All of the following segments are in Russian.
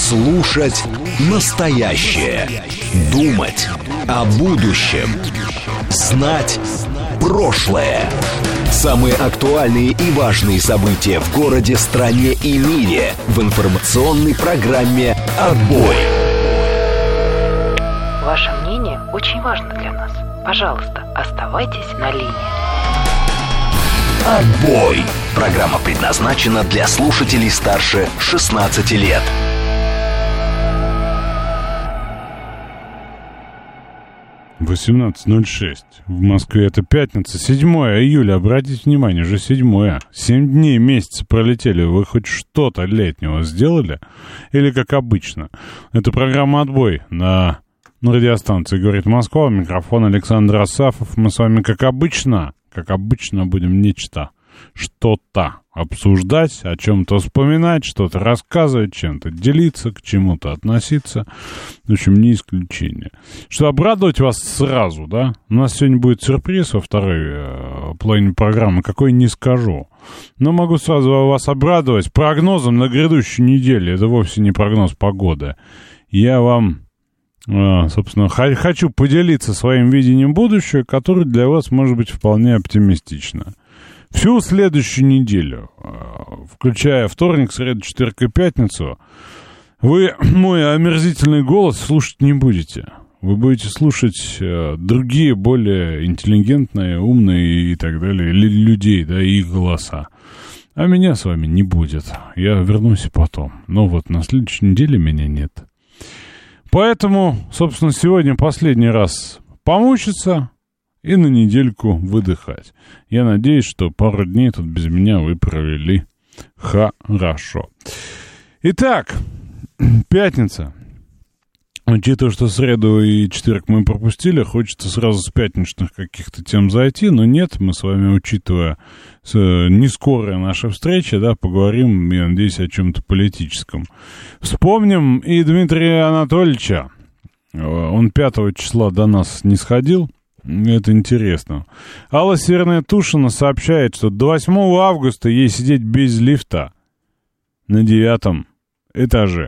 Слушать настоящее. Думать о будущем. Знать прошлое. Самые актуальные и важные события в городе, стране и мире в информационной программе «Отбой». Ваше мнение очень важно для нас. Пожалуйста, оставайтесь на линии. «Отбой». Программа предназначена для слушателей старше 16 лет. 18:06. В Москве это пятница, 7 июля. Обратите внимание, уже 7. 7 дней месяца пролетели. Вы хоть что-то летнего сделали? Или как обычно? Это программа «Отбой» на радиостанции «Говорит Москва». Микрофон Александр Асафов. Мы с вами, как обычно, будем что-то обсуждать, о чем-то вспоминать, что-то рассказывать, чем-то делиться, к чему-то относиться. В общем, не исключение. Что обрадовать вас сразу, да? У нас сегодня будет сюрприз во второй половине программы, какой не скажу. Но могу сразу вас обрадовать прогнозом на грядущую неделю. Это вовсе не прогноз погоды. Я вам, собственно, хочу поделиться своим видением будущего, которое для вас может быть вполне оптимистично. Всю следующую неделю, включая вторник, среду, четверг и пятницу, вы мой омерзительный голос слушать не будете. Вы будете слушать другие, более интеллигентные, умные и так далее людей, да, и их голоса. А меня с вами не будет. Я вернусь и потом. Но вот на следующей неделе меня нет. Поэтому, собственно, сегодня последний раз помучиться и на недельку выдыхать. Я надеюсь, что пару дней тут без меня вы провели хорошо. Итак, пятница. Учитывая, что среду и четверг мы пропустили, хочется сразу с пятничных каких-то тем зайти, но нет, мы с вами, учитывая нескорая наша встреча, да, поговорим, я надеюсь, о чем-то политическом. Вспомним и Дмитрия Анатольевича. Он 5 числа до нас не сходил. Это интересно. Алла Северная-Тушина сообщает, что до 8 августа ей сидеть без лифта на 9 этаже.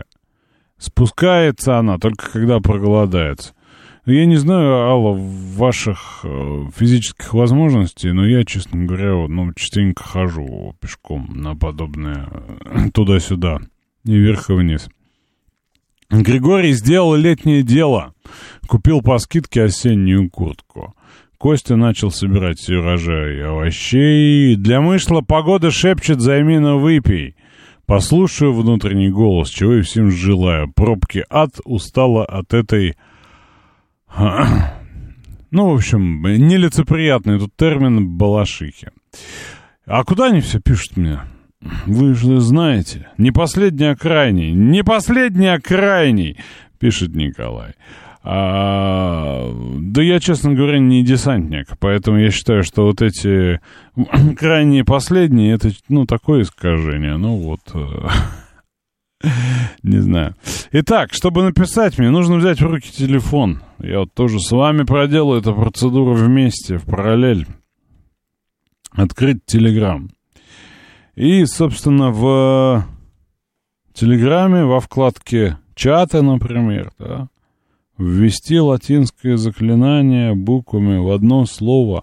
Спускается она только когда проголодается. Я не знаю, Алла, ваших физических возможностей, но я, честно говоря, частенько хожу пешком на подобное туда-сюда, и вверх и вниз. Григорий сделал летнее дело. Купил по скидке осеннюю куртку. Костя начал собирать урожай овощей. Для мышла погода шепчет: займи, но выпей. Послушаю внутренний голос, чего и всем желаю. Пробки ад, устала от этой... в общем, нелицеприятный тут термин балашихи. А куда они все пишут мне? Вы же знаете, не последний, а крайний. Не последний, а крайний, пишет Николай. Да я, честно говоря, не десантник, поэтому я считаю, что вот эти крайние последние, это, такое искажение. Не знаю. Итак, чтобы написать мне, нужно взять в руки телефон. Я вот тоже с вами проделаю эту процедуру вместе, в параллель. Открыть Телеграм. И, собственно, в Телеграме, во вкладке чата, например, да, ввести латинское заклинание буквами в одно слово.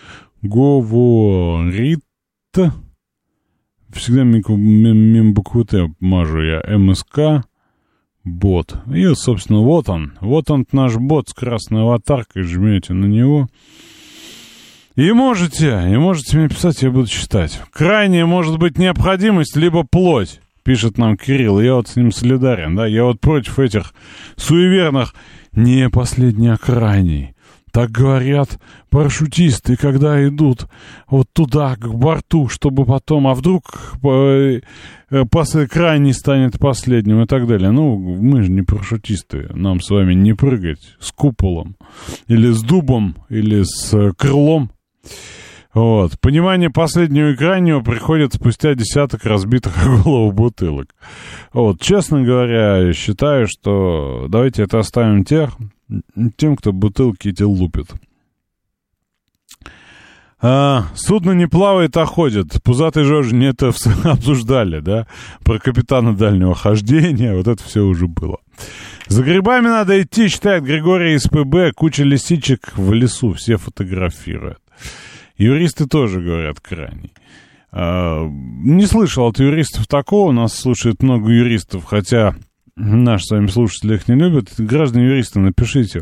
Говорит. Всегда мимо буквы Т мажу я. МСК. Бот. И, собственно, вот он. Вот он, наш бот с красной аватаркой. Жмете на него. И можете мне писать, я буду читать. Крайняя может быть необходимость, либо плоть, пишет нам Кирилл. Я вот с ним солидарен, да. Я вот против этих суеверных не последний, а крайний. Так говорят парашютисты, когда идут вот туда, к борту, чтобы потом, а вдруг крайний станет последним и так далее. Мы же не парашютисты, нам с вами не прыгать с куполом, или с дубом, или с крылом. Вот. Понимание последнего и крайнего приходит спустя десяток разбитых о голову бутылок. Вот. Честно говоря, я считаю, что давайте это оставим тем, кто бутылки эти лупит. Судно не плавает, а ходит. Пузатый Жожин это обсуждали, да? Про капитана дальнего хождения. Вот это все уже было. За грибами надо идти, считает Григорий из ПБ. Куча лисичек в лесу, все фотографируют. Юристы тоже говорят крайний. Не слышал от юристов такого. У нас слушает много юристов, хотя наши с вами слушатели их не любят. Граждане юристы, напишите.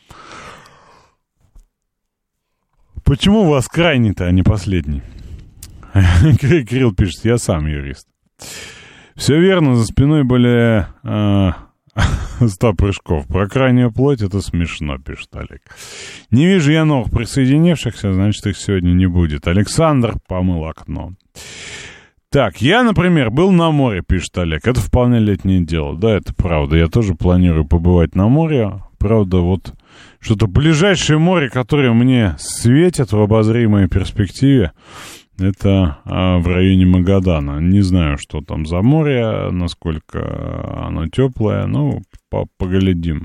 Почему у вас крайний-то, а не последний? Кирилл пишет, я сам юрист. Все верно, за спиной были 100 прыжков. Про крайнюю плоть это смешно, пишет Олег. Не вижу я новых присоединившихся, значит их сегодня не будет. Александр помыл окно. Так, я, например, был на море, пишет Олег. Это вполне летнее дело. Да, это правда. Я тоже планирую побывать на море. Правда, вот что-то ближайшее море, которое мне светит в обозримой перспективе, это в районе Магадана. Не знаю, что там за море, насколько оно теплое. Ну, поглядим.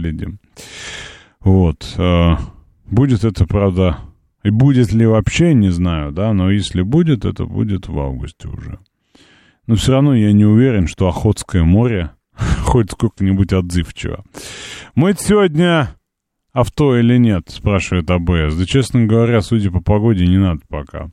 Вот. Будет это, правда, и будет ли вообще, не знаю, да, но если будет, это будет в августе уже. Но все равно я не уверен, что Охотское море хоть сколько-нибудь отзывчиво. Мыть сегодня авто или нет, спрашивает АБС. Да, честно говоря, судя по погоде, не надо пока.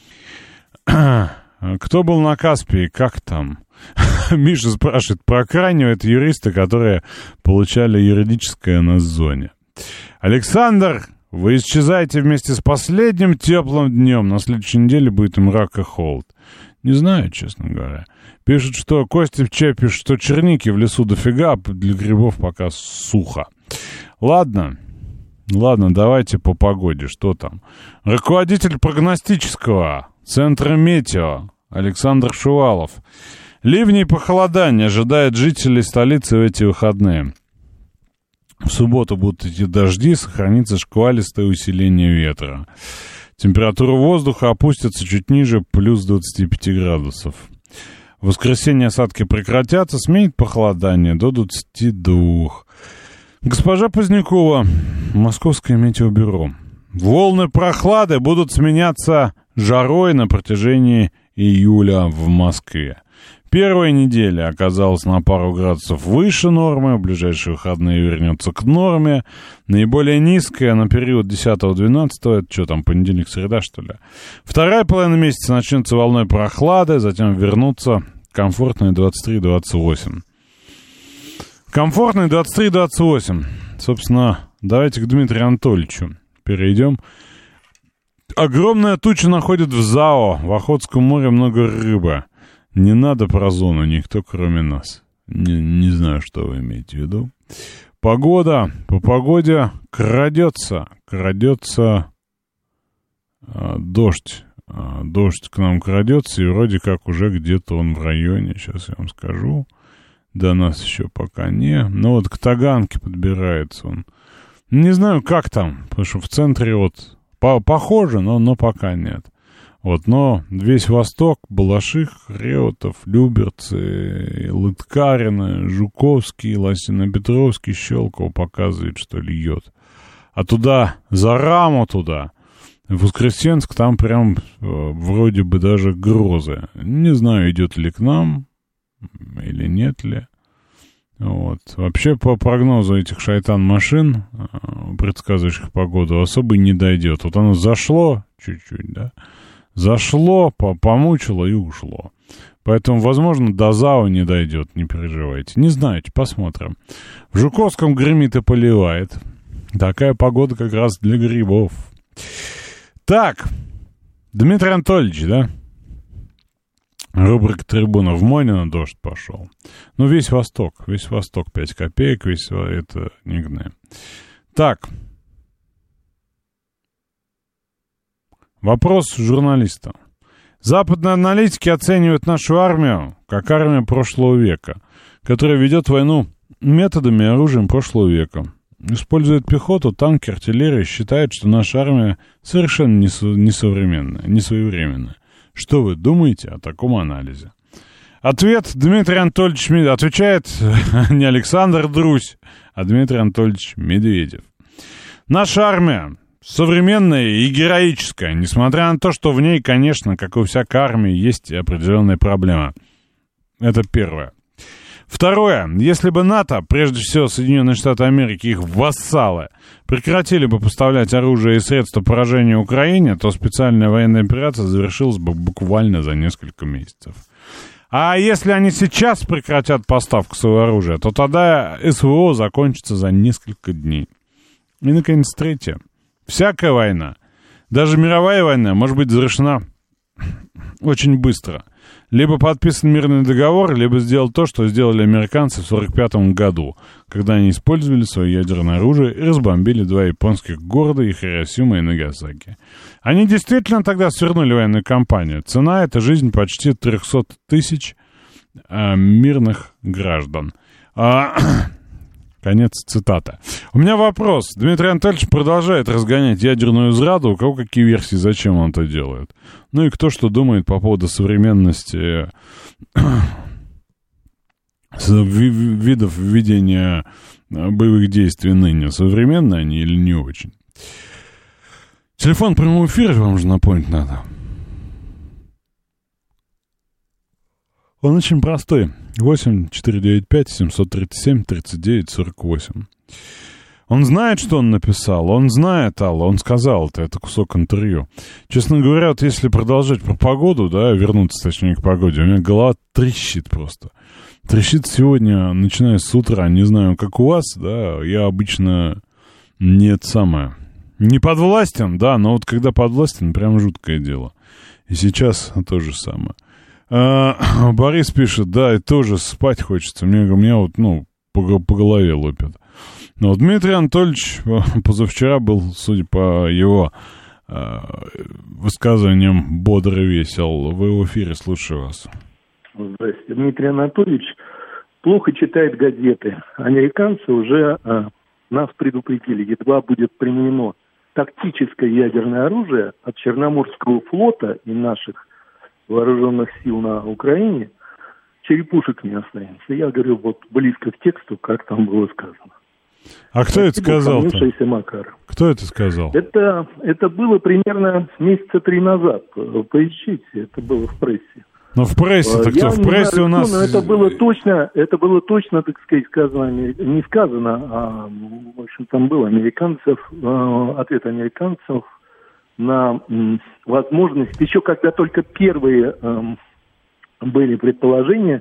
Кто был на Каспии, как там? Миша спрашивает про крайнего. Это юристы, которые получали юридическое на зоне. Александр, вы исчезаете вместе с последним теплым днем. На следующей неделе будет мрак и холод. Не знаю, честно говоря. Пишут, что Костя в чате пишет, что черники в лесу дофига, а для грибов пока сухо. Ладно, давайте по погоде. Что там? Руководитель прогностического центра метео Александр Шувалов. Ливни и похолодание ожидает жителей столицы в эти выходные. В субботу будут идти дожди, сохранится шквалистое усиление ветра. Температура воздуха опустится чуть ниже плюс 25 градусов. В воскресенье осадки прекратятся, сменит похолодание до 22. Госпожа Позднякова, Московское метеобюро. Волны прохлады будут сменяться жарой на протяжении июля в Москве. Первая неделя оказалась на пару градусов выше нормы, в ближайшие выходные вернется к норме. Наиболее низкая на период 10-12, это что там, понедельник, среда, что ли? Вторая половина месяца начнется волной прохлады, затем вернутся комфортные 23-28. Комфортные 23-28. Собственно, давайте к Дмитрию Анатольевичу перейдем. Огромная туча находит в ЗАО. В Охотском море много рыбы. Не надо про зону, никто кроме нас. Не знаю, что вы имеете в виду. Погода. По погоде крадется дождь. Дождь к нам крадется, и вроде как уже где-то он в районе. Сейчас я вам скажу. До нас еще пока не. Но вот к Таганке подбирается он. Не знаю, как там, потому что в центре вот похоже, но пока нет. Вот, но весь Восток, Балаших, Реутов, Люберцы, Лыткарино, Жуковский, Лосино-Петровский, Щелково показывает, что льет. А туда, за Раму туда, в Воскресенск, там прям вроде бы даже грозы. Не знаю, идет ли к нам или нет ли. Вот. Вообще, по прогнозу этих шайтан-машин, предсказывающих погоду, особо не дойдет. Вот оно зашло чуть-чуть, да? Зашло, помучило и ушло. Поэтому, возможно, до ЗАО не дойдет, не переживайте. Не знаете, посмотрим. В Жуковском гремит и поливает. Такая погода как раз для грибов. Так, Дмитрий Анатольевич, да? Рубрика «Трибуна» в Монино дождь пошел. Ну, весь Восток 5 копеек, весь это не гны. Так. Вопрос журналиста. Западные аналитики оценивают нашу армию как армию прошлого века, которая ведет войну методами и оружием прошлого века. Использует пехоту, танки, артиллерию, считает, что наша армия совершенно несовременная, несвоевременная. Что вы думаете о таком анализе? Ответ Дмитрий Анатольевич отвечает не Александр Друзь, а Дмитрий Анатольевич Медведев. Наша армия современная и героическая, несмотря на то, что в ней, конечно, как и у всякой армии, есть определенные проблемы. Это первое. Второе. Если бы НАТО, прежде всего Соединенные Штаты Америки, их вассалы, прекратили бы поставлять оружие и средства поражения Украине, то специальная военная операция завершилась бы буквально за несколько месяцев. А если они сейчас прекратят поставку своего оружия, то тогда СВО закончится за несколько дней. И, наконец, третье. Всякая война, даже мировая война, может быть завершена очень быстро. Либо подписан мирный договор, либо сделал то, что сделали американцы в 1945 году, когда они использовали свое ядерное оружие и разбомбили 2 японских города, и Хиросима и Нагасаки. Они действительно тогда свернули военную кампанию. Цена — это жизнь почти 300 тысяч мирных граждан. Конец цитаты. У меня вопрос. Дмитрий Анатольевич продолжает разгонять ядерную зраду. У кого какие версии, зачем он это делает? Ну и кто что думает по поводу современности видов ведения боевых действий ныне? Современные они или не очень? Телефон прямого эфира, вам же напомнить надо. Он очень простой. 8-495-737-39-48. Он знает, что он написал. Он знает, Алла, он сказал это кусок интервью. Честно говоря, вот если продолжать про погоду, да, вернуться, точнее, к погоде, у меня голова трещит просто. Трещит сегодня, начиная с утра. Не знаю, как у вас, да, я обычно не это самое. Не подвластен, да, но вот когда подвластен, прям жуткое дело. И сейчас то же самое. Борис пишет, да, и тоже спать хочется. Меня вот, по голове лупят. Но Дмитрий Анатольевич позавчера был, судя по его высказываниям, бодр и весел. Вы в эфире, слушаю вас. Здравствуйте. Дмитрий Анатольевич плохо читает газеты. Американцы уже нас предупредили, едва будет применено тактическое ядерное оружие от Черноморского флота и наших вооруженных сил на Украине, черепушек не останется. Я говорю вот близко к тексту, как там было сказано. А кто это сказал-то? Кто это сказал? Это было примерно месяца 3 назад. Поищите, это было в прессе. Но в прессе-то кто? В прессе у нас... Это было точно, так сказать, сказано, не сказано, а, в общем, там был ответ американцев на возможность, еще когда только первые были предположения,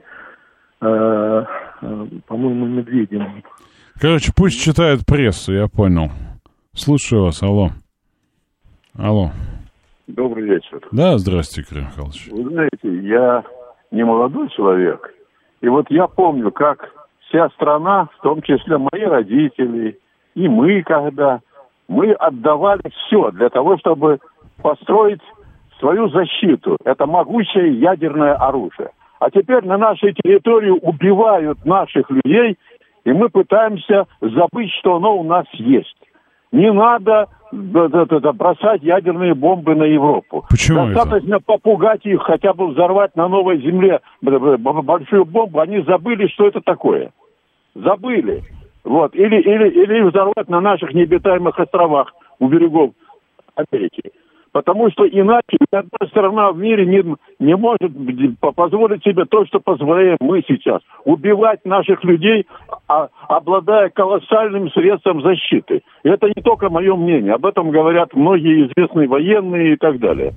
по-моему, Медведевым. Короче, пусть читают прессу, я понял. Слушаю вас, алло. Алло. Добрый вечер. Да, здравствуйте, Кирилл Михайлович. Вы знаете, я не молодой человек, и вот я помню, как вся страна, в том числе мои родители, и мы, когда мы отдавали все для того, чтобы построить свою защиту. Это могучее ядерное оружие. А теперь на нашей территории убивают наших людей, и мы пытаемся забыть, что оно у нас есть. Не надо бросать ядерные бомбы на Европу. Почему достаточно попугать их, хотя бы взорвать на новой земле большую бомбу. Они забыли, что это такое. Забыли. Вот. Или взорвать на наших необитаемых островах у берегов Америки. Потому что иначе ни одна страна в мире не может позволить себе то, что позволяем мы сейчас. Убивать наших людей, обладая колоссальным средством защиты. И это не только мое мнение. Об этом говорят многие известные военные и так далее.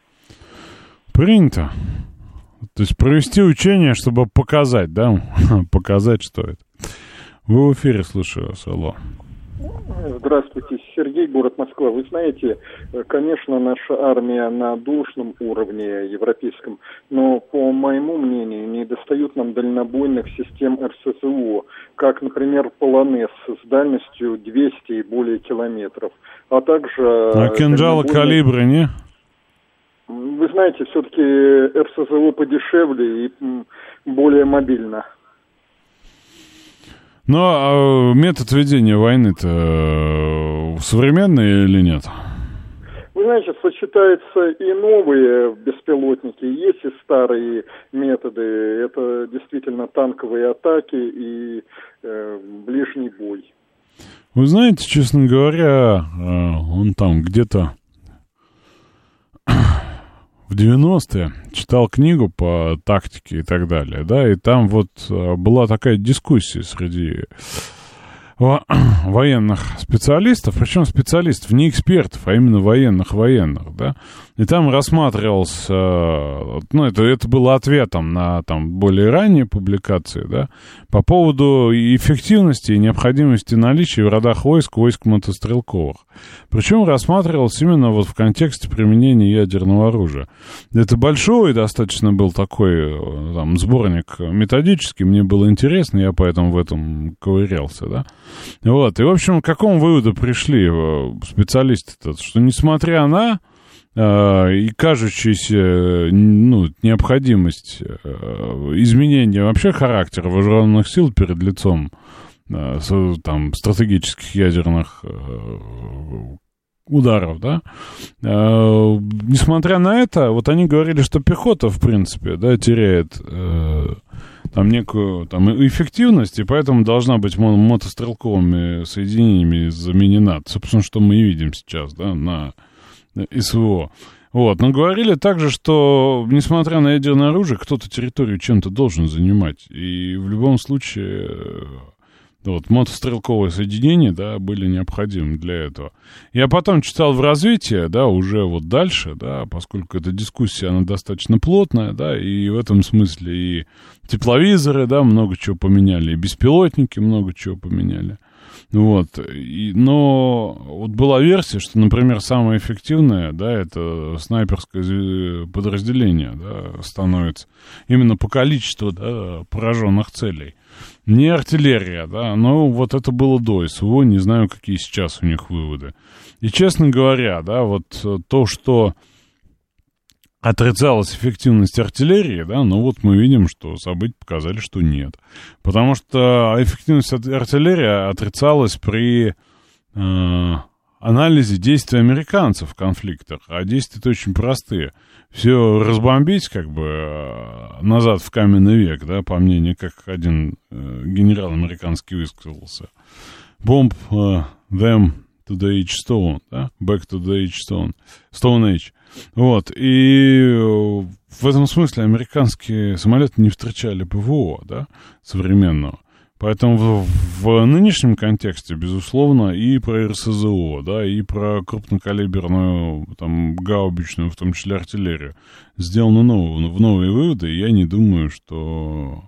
Принято. То есть провести учение, чтобы показать, да? Показать, что это. Вы в эфире, слушаю вас, алло. Здравствуйте, Сергей, город Москва. Вы знаете, конечно, наша армия на должном уровне европейском, но, по моему мнению, не достают нам дальнобойных систем РСЗО, как, например, Полонез с дальностью 200 и более километров, а также... А кинжалы калибра, не? Вы знаете, все-таки РСЗО подешевле и более мобильно. Но метод ведения войны-то современный или нет? Вы знаете, сочетаются и новые беспилотники, есть и старые методы. Это действительно танковые атаки и ближний бой. Вы знаете, честно говоря, он там где-то в 90-е читал книгу по тактике и так далее, да, и там вот была такая дискуссия среди военных специалистов, причем специалистов, не экспертов, а именно военных, да, и там рассматривался, ну, это было ответом на там более ранние публикации, да, по поводу эффективности и необходимости наличия в родах войск мотострелковых. Причем рассматривалось именно вот в контексте применения ядерного оружия. Это большой достаточно был такой там сборник методический, мне было интересно, я поэтому в этом ковырялся, да. Вот, и, в общем, к какому выводу пришли специалисты-то, что несмотря на и кажущуюся, ну, необходимость изменения вообще характера вооруженных сил перед лицом там стратегических ядерных ударов, да, несмотря на это, вот они говорили, что пехота, в принципе, да, теряет там некую там эффективность, и поэтому должна быть мотострелковыми соединениями заменена. Собственно, что мы и видим сейчас, да, на СВО. Вот. Но говорили также, что, несмотря на ядерное оружие, кто-то территорию чем-то должен занимать. И в любом случае, вот, мотострелковые соединения, да, были необходимы для этого. Я потом читал в развитии, да, уже вот дальше, да, поскольку эта дискуссия, она достаточно плотная, да, и в этом смысле и тепловизоры, да, много чего поменяли, и беспилотники много чего поменяли. Вот, но вот была версия, что, например, самое эффективное, да, это снайперское подразделение, да, становится именно по количеству, да, пораженных целей. Не артиллерия, да, но вот это было до СВО, не знаю, какие сейчас у них выводы. И, честно говоря, да, вот то, что отрицалась эффективность артиллерии, да, но вот мы видим, что события показали, что нет. Потому что эффективность артиллерии отрицалась при анализе действий американцев в конфликтах, а действия-то очень простые. Все разбомбить, как бы, назад в каменный век, да, по мнению, как один генерал американский высказался. Bomb them to the age stone, да, back to the age stone age. Вот, и в этом смысле американские самолеты не встречали ПВО, да, современного. Поэтому в нынешнем контексте, безусловно, и про РСЗО, да, и про крупнокалиберную, там, гаубичную, в том числе артиллерию, сделаны новые выводы, и я не думаю, что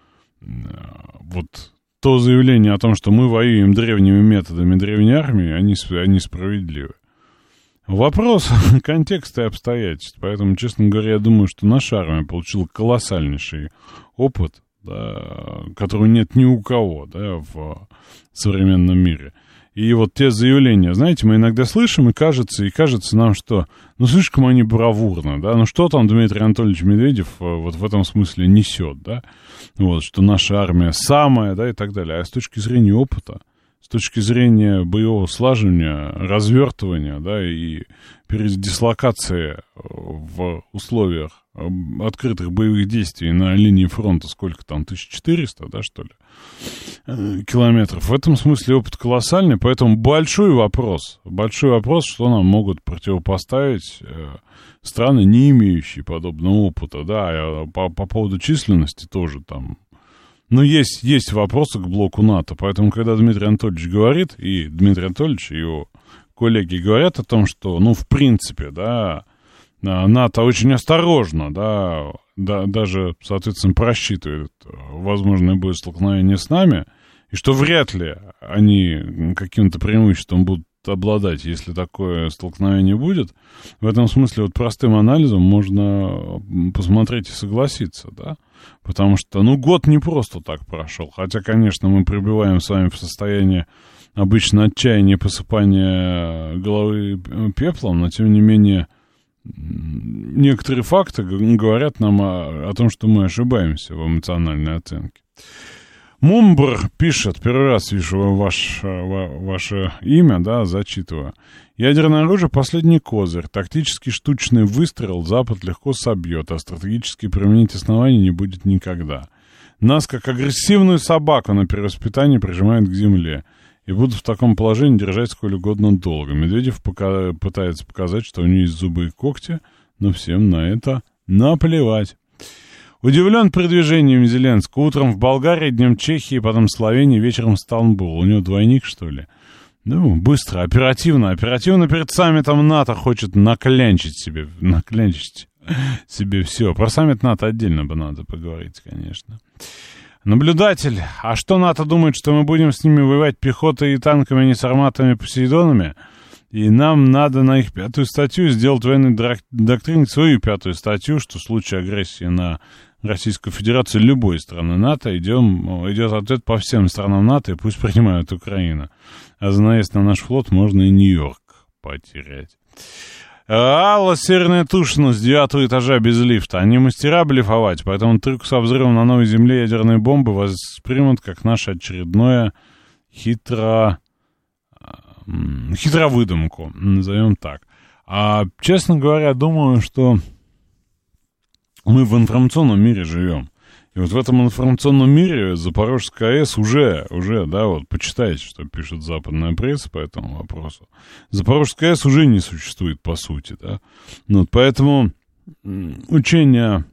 вот то заявление о том, что мы воюем древними методами древней армии, они справедливы. Вопрос контекста и обстоятельств. Поэтому, честно говоря, я думаю, что наша армия получила колоссальнейший опыт, да, которого нет ни у кого, да, в современном мире. И вот те заявления, знаете, мы иногда слышим, и кажется нам, что, ну, слишком они бравурно, да, ну, что там Дмитрий Анатольевич Медведев вот в этом смысле несет, да, вот, что наша армия самая, да, и так далее. А с точки зрения опыта, с точки зрения боевого слаживания, развертывания, да, и передислокации в условиях открытых боевых действий на линии фронта, сколько там, 1400, да, что ли, километров. В этом смысле опыт колоссальный, поэтому большой вопрос, что нам могут противопоставить страны, не имеющие подобного опыта, да, по поводу численности тоже там. Но есть вопросы к блоку НАТО, поэтому, когда Дмитрий Анатольевич говорит, и Дмитрий Анатольевич, и его коллеги говорят о том, что, ну, в принципе, да, НАТО очень осторожно, да, даже, соответственно, просчитывает возможное боестолкновение с нами, и что вряд ли они каким-то преимуществом будут обладать, если такое столкновение будет. В этом смысле вот простым анализом можно посмотреть и согласиться, да, потому что, ну, год не просто так прошел, хотя, конечно, мы пребываем с вами в состоянии обычно отчаяния, посыпания головы пеплом, но, тем не менее, некоторые факты говорят нам о том, что мы ошибаемся в эмоциональной оценке. Мумбр пишет, первый раз вижу ваше имя, да, зачитываю. Ядерное оружие — последний козырь. Тактический штучный выстрел Запад легко собьет, а стратегически применить оснований не будет никогда. Нас, как агрессивную собаку на перевоспитании, прижимают к земле. и будут в таком положении держать сколь угодно долго. Медведев пытается показать, что у него есть зубы и когти, но всем на это наплевать. Удивлен продвижением Зеленского. Утром в Болгарии, днем Чехии, потом Словении, вечером Стамбул. У него двойник, что ли? Ну, быстро, оперативно перед саммитом НАТО хочет наклянчить себе все. Про саммит НАТО отдельно бы надо поговорить, конечно. Наблюдатель. А что НАТО думает, что мы будем с ними воевать пехотой и танками, а не с арматами Посейдонами? И нам надо на их 5-ю статью сделать в военной доктрине свою 5-ю статью, что в случае агрессии на Российскую Федерацию любой страны НАТО идет ответ по всем странам НАТО, и пусть принимают Украину. А за наезд на наш флот можно и Нью-Йорк потерять. Алла Северная Тушина с 9-го этажа без лифта. Они мастера блефовать, поэтому трюк со взрывом на новой земле ядерной бомбы воспримут как наше очередное хитровыдумку, назовем так. А, честно говоря, думаю, что мы в информационном мире живем. И вот в этом информационном мире Запорожская АЭС уже, да, вот, почитайте, что пишет западная пресса по этому вопросу. Запорожская АЭС уже не существует, по сути, да. Вот, поэтому учения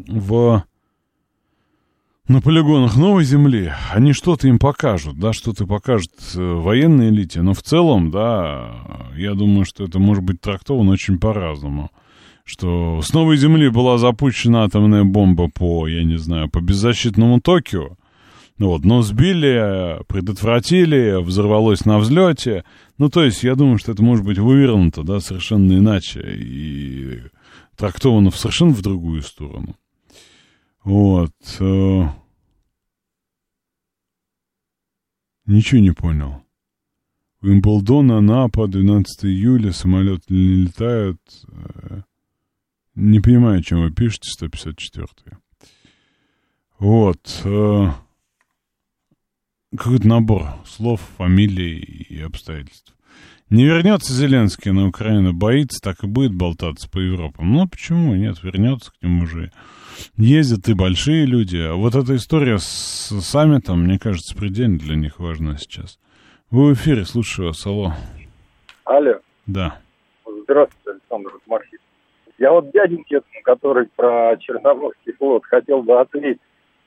на полигонах новой земли, они что-то им покажут, да, что-то покажут военной элите, но в целом, да, я думаю, что это может быть трактовано очень по-разному. Что с новой земли была запущена атомная бомба по беззащитному Токио, вот, но сбили, предотвратили, взорвалось на взлете. Ну, то есть, я думаю, что это может быть вывернуто, да, совершенно иначе и трактовано совершенно в другую сторону. Вот. Ничего не понял. Уимблдон, Анапа, 12 июля, самолет не летает. Не понимаю, о чем вы пишете, 154-й. Вот. Какой-то набор слов, фамилий и обстоятельств. Не вернется Зеленский на Украину, боится, так и будет болтаться по Европам. Ну, почему нет? Вернется, к нему же ездят и большие люди. А вот эта история с саммитом, мне кажется, предельно для них важна сейчас. Вы в эфире, слушаю вас, алло. Алло. Да. Здравствуйте, Александр Мархит. Я вот дяденьке этому, который про Черноморский флот, хотел бы ответить.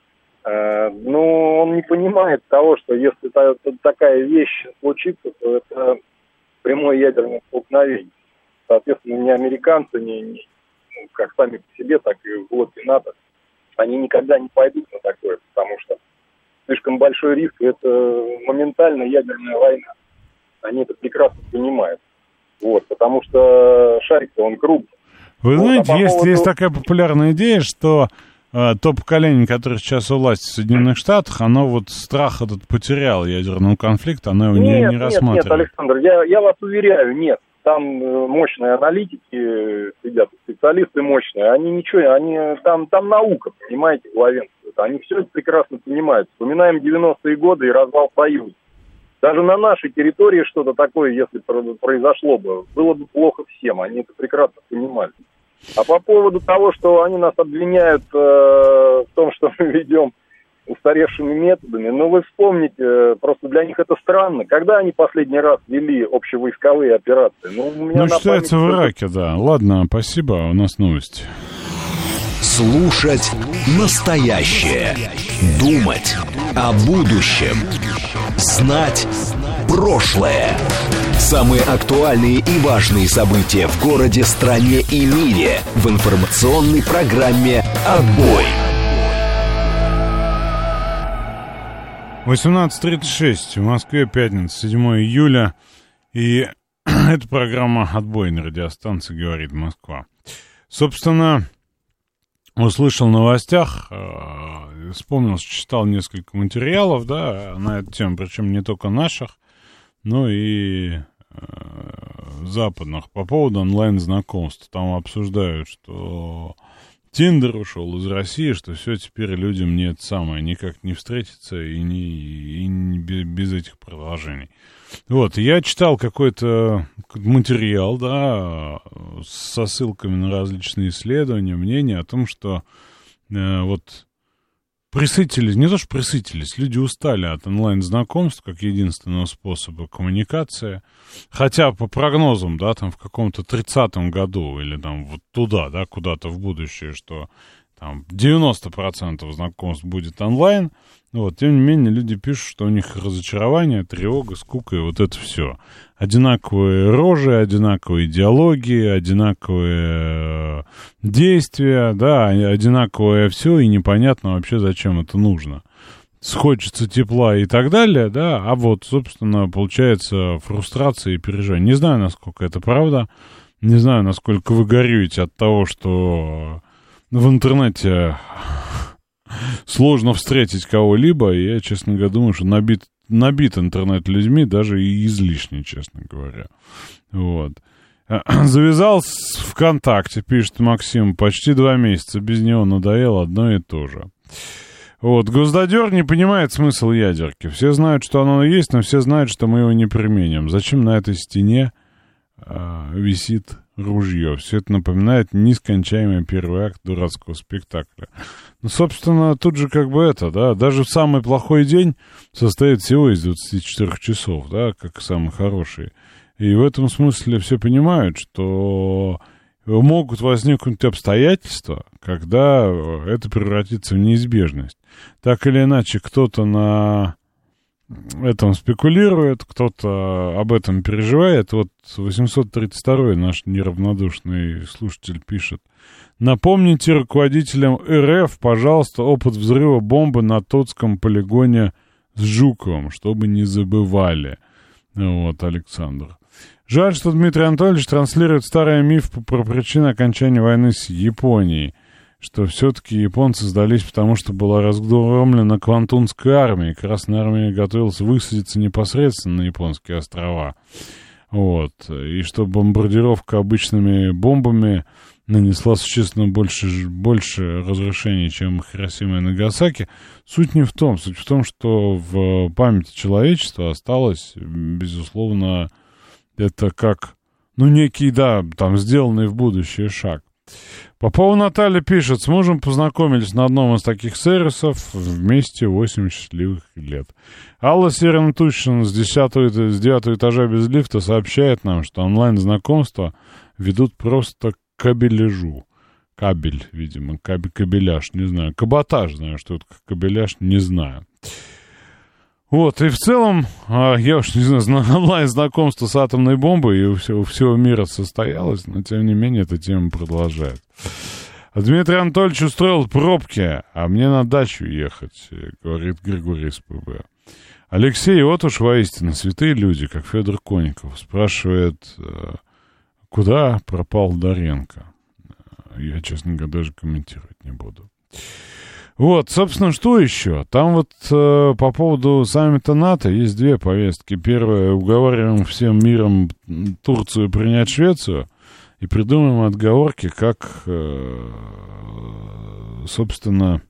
Он не понимает того, что если такая вещь случится, то это прямое ядерное столкновение. Соответственно, ни американцы, как сами по себе, так и в блоке НАТО, они никогда не пойдут на такое, потому что слишком большой риск, это моментально ядерная война. Они это прекрасно понимают. Вот, потому что шарик-то он круглый. Вы знаете, есть такая популярная идея, что то поколение, которое сейчас у власти в Соединенных Штатах, оно вот страх этот потеряло ядерного конфликта, оно его не рассматривает. Нет, Александр, я вас уверяю, нет. Там мощные аналитики сидят, специалисты мощные, там наука, понимаете, главенствует. Они все это прекрасно понимают. Вспоминаем 90-е годы и развал Союза. Даже на нашей территории что-то такое, если произошло бы, было бы плохо всем. Они это прекрасно понимали. А по поводу того, что они нас обвиняют в том, что мы ведем устаревшими методами, вы вспомните, просто для них это странно. Когда они последний раз вели общевойсковые операции? Считается в Ираке, да. Ладно, спасибо, у нас новости. Слушать настоящее. Думать о будущем. Знать прошлое. Самые актуальные и важные события в городе, стране и мире в информационной программе «Отбой». 18:36 в Москве, пятница, 7 июля. И это программа «Отбой» на радиостанции «Говорит Москва». Собственно, услышал в новостях, вспомнил, что читал несколько материалов, да, на эту тему, причем не только наших, но и западных, по поводу онлайн-знакомств. Там обсуждают, что Тиндер ушел из России, что все, теперь людям никак не встретиться и не без этих приложений. Вот, я читал какой-то материал, да, со ссылками на различные исследования, мнения о том, что вот присытились, не то что присытились, люди устали от онлайн-знакомств как единственного способа коммуникации. Хотя по прогнозам, да, там в каком-то 30-м году или там вот туда, да, куда-то в будущее, что там 90% знакомств будет онлайн, вот, тем не менее люди пишут, что у них разочарование, тревога, скука и вот это все. Одинаковые рожи, одинаковые идеологии, одинаковые действия, да, одинаковое все, и непонятно вообще, зачем это нужно. Хочется тепла и так далее, да, а вот, собственно, получается фрустрация и переживание. Не знаю, насколько это правда, не знаю, насколько вы горюете от того, что в интернете сложно встретить кого-либо, и я, честно говоря, думаю, что набит интернет людьми, даже и излишне, честно говоря. Вот. Завязал с ВКонтакте, пишет Максим, почти 2 месяца, без него надоело одно и то же. Вот, госдадер не понимает смысл ядерки. Все знают, что оно есть, но все знают, что мы его не применим. Зачем на этой стене висит ружье? Все это напоминает нескончаемый первый акт дурацкого спектакля. Ну, собственно, тут же как бы это, да, даже самый плохой день состоит всего из 24 часов, да, как самый хороший. И в этом смысле все понимают, что могут возникнуть обстоятельства, когда это превратится в неизбежность. Так или иначе, кто-то на этом спекулирует, кто-то об этом переживает. Вот 832-й наш неравнодушный слушатель пишет: напомните руководителям РФ, пожалуйста, опыт взрыва бомбы на Тотском полигоне с Жуковым, чтобы не забывали. Вот, Александр. Жаль, что Дмитрий Анатольевич транслирует старый миф про причину окончания войны с Японией, что все-таки японцы сдались, потому что была разгромлена Квантунская армия, и Красная армия готовилась высадиться непосредственно на японские острова. Вот. И что бомбардировка обычными бомбами нанесла существенно больше разрушений, чем Хиросима и Нагасаки. Суть не в том. Суть в том, что в памяти человечества осталось, безусловно, это как, ну, некий, да, там, сделанный в будущее шаг. Попова Наталья пишет: с мужем познакомились на одном из таких сервисов, вместе 8 счастливых лет. Алла Серен-Тущин с 9 этажа без лифта сообщает нам, что онлайн-знакомства ведут просто к кабеляжу. Кабель, видимо, кабеляж, не знаю. Каботаж, знаю, что это кабеляж, не знаю. Вот, и в целом, я уж не знаю, онлайн-знакомство с атомной бомбой и у всего мира состоялось, но, тем не менее, эта тема продолжает. Дмитрий Анатольевич устроил пробки, а мне на дачу ехать, говорит Григорий из ПБ. Алексей, вот уж воистину святые люди, как Федор Конников, спрашивает, куда пропал Доренко. Я, честно говоря, даже комментировать не буду. Вот, собственно, что еще? Там вот по поводу саммита НАТО есть 2 повестки. Первая: уговариваем всем миром Турцию принять Швецию и придумаем отговорки, как, собственно,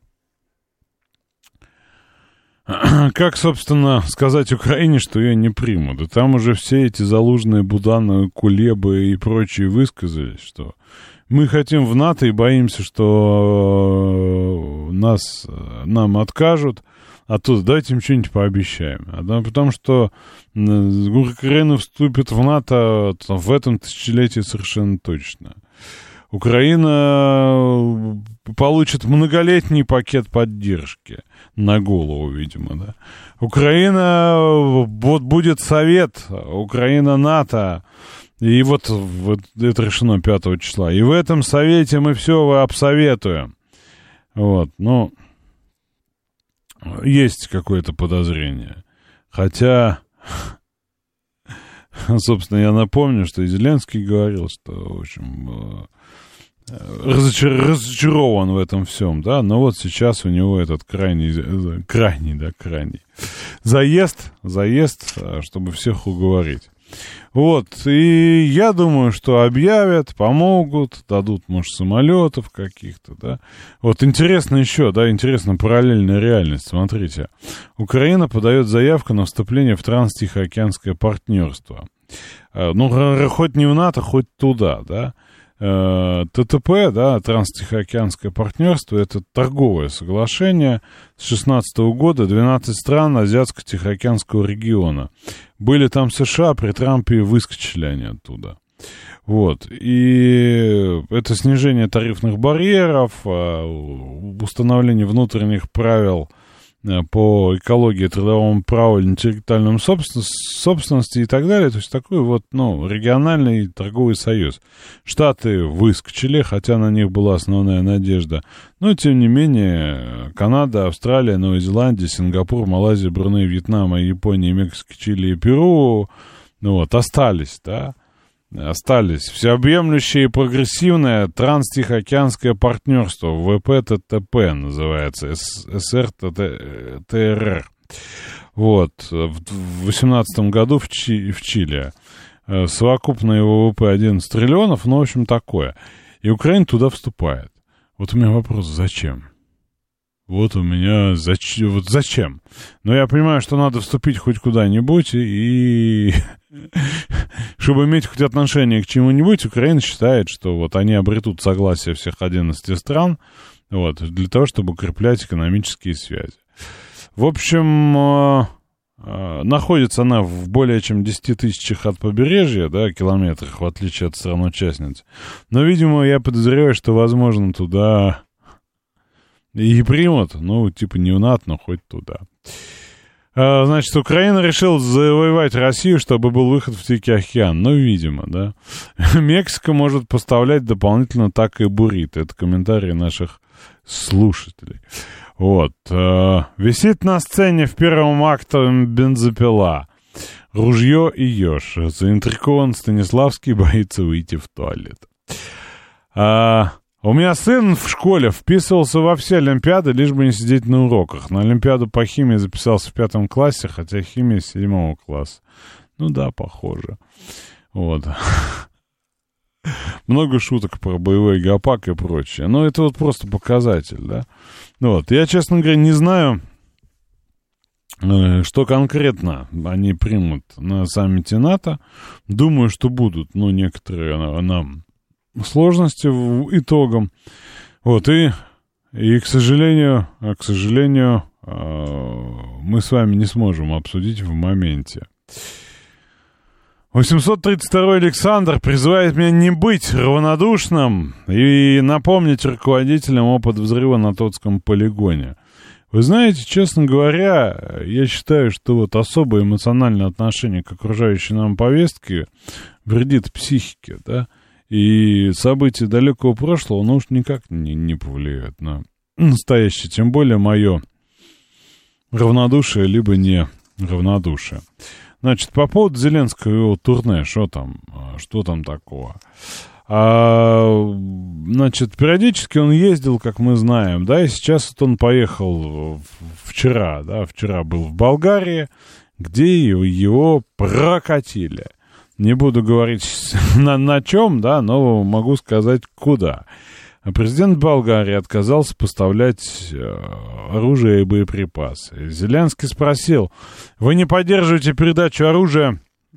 сказать Украине, что ее не примут. Да там уже все эти Залужные, Будановы, Кулебы и прочие высказались, что мы хотим в НАТО и боимся, что нам откажут, а тут давайте им что-нибудь пообещаем. Потому что Украина вступит в НАТО в этом тысячелетии совершенно точно. Украина получит многолетний пакет поддержки на голову, видимо, да. Украина, вот будет совет, Украина-НАТО. И вот это решено 5 числа. И в этом совете мы все обсоветуем. Вот, ну, есть какое-то подозрение. Хотя, собственно, я напомню, что и Зеленский говорил, что, в общем, разочарован в этом всем, да. Но вот сейчас у него этот крайний заезд, чтобы всех уговорить. Вот, и я думаю, что объявят, помогут, дадут, может, самолетов каких-то, да. Вот интересно еще, да, интересно параллельная реальность. Смотрите, Украина подает заявку на вступление в Транс-Тихоокеанское партнерство. Ну, хоть не в НАТО, хоть туда, да. ТТП, да, Транстихоокеанское партнерство, это торговое соглашение с 2016 года, 12 стран Азиатско-Тихоокеанского региона. Были там США, при Трампе выскочили они оттуда. Вот, и это снижение тарифных барьеров, установление внутренних правил по экологии, трудовому праву, интеллектуальной собственности и так далее. То есть такой вот, региональный торговый союз. Штаты выскочили, хотя на них была основная надежда. Но, тем не менее, Канада, Австралия, Новая Зеландия, Сингапур, Малайзия, Бруней, Вьетнам, Япония, Мексика, Чили и Перу, остались, да. Остались. Всеобъемлющее и прогрессивное Транстихоокеанское партнерство, ВПТТП называется, СРТРР. Вот. В 2018 году в Чили. Совокупный ВВП 11 триллионов, в общем, такое. И Украина туда вступает. Вот у меня вопрос, зачем? Зачем? Но я понимаю, что надо вступить хоть куда-нибудь и чтобы иметь хоть отношение к чему-нибудь, Украина считает, что вот они обретут согласие всех 11 стран, для того, чтобы укреплять экономические связи. В общем, находится она в более чем 10 тысячах от побережья, да, километрах, в отличие от стран-участниц. Но, видимо, я подозреваю, что, возможно, туда и примут, не в НАТО, но хоть туда. Значит, Украина решила завоевать Россию, чтобы был выход в Тихий океан. Видимо, да. Мексика может поставлять дополнительно так и буррито. Это комментарии наших слушателей. Висит на сцене в первом акте бензопила. Ружье и еж. Заинтригован Станиславский, боится выйти в туалет. У меня сын в школе вписывался во все олимпиады, лишь бы не сидеть на уроках. На олимпиаду по химии записался в 5 классе, хотя химия с 7 класса. Да, похоже. Много шуток про боевой гопак и прочее. Но это просто показатель, да. Я, честно говоря, не знаю, что конкретно они примут на саммите НАТО. Думаю, что будут, некоторые сложности итогом. И к сожалению, мы с вами не сможем обсудить в моменте. 832-й Александр призывает меня не быть равнодушным и напомнить руководителям опыт взрыва на Тотском полигоне. Вы знаете, честно говоря, я считаю, что особое эмоциональное отношение к окружающей нам повестке вредит психике, да? И события далекого прошлого, уж никак не повлияют на настоящее. Тем более мое равнодушие, либо не равнодушие. Значит, по поводу Зеленского и его турне, что там такого? Значит, периодически он ездил, как мы знаем, да, и сейчас он поехал вчера был в Болгарии, где его прокатили. Не буду говорить на чем, да, но могу сказать, куда. Президент Болгарии отказался поставлять оружие и боеприпасы. Зеленский спросил: вы не поддерживаете передачу оружия,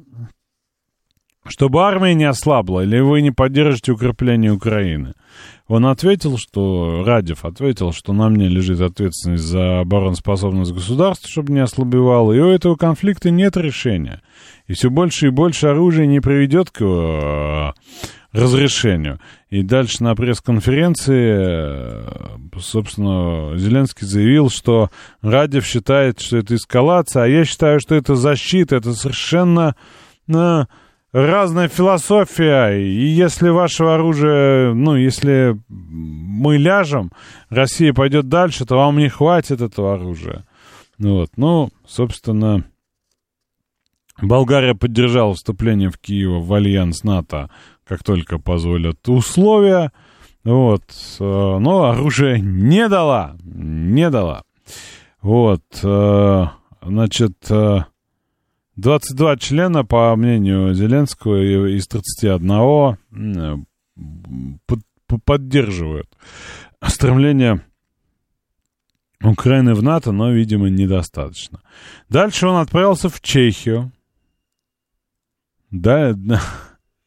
чтобы армия не ослабла, или вы не поддержите укрепление Украины? Радев ответил, что на мне лежит ответственность за обороноспособность государства, чтобы не ослабевало, и у этого конфликта нет решения. И все больше и больше оружия не приведет к разрешению. И дальше на пресс-конференции, собственно, Зеленский заявил, что Радев считает, что это эскалация, а я считаю, что это защита, это совершенно разная философия. И если вашего оружия, если мы ляжем, Россия пойдет дальше, то вам не хватит этого оружия. Собственно, Болгария поддержала вступление в Киев в альянс НАТО, как только позволят условия. Но оружие не дала. Значит, 22 члена, по мнению Зеленского, из 31 поддерживают стремление Украины в НАТО, но, видимо, недостаточно. Дальше он отправился в Чехию. Да,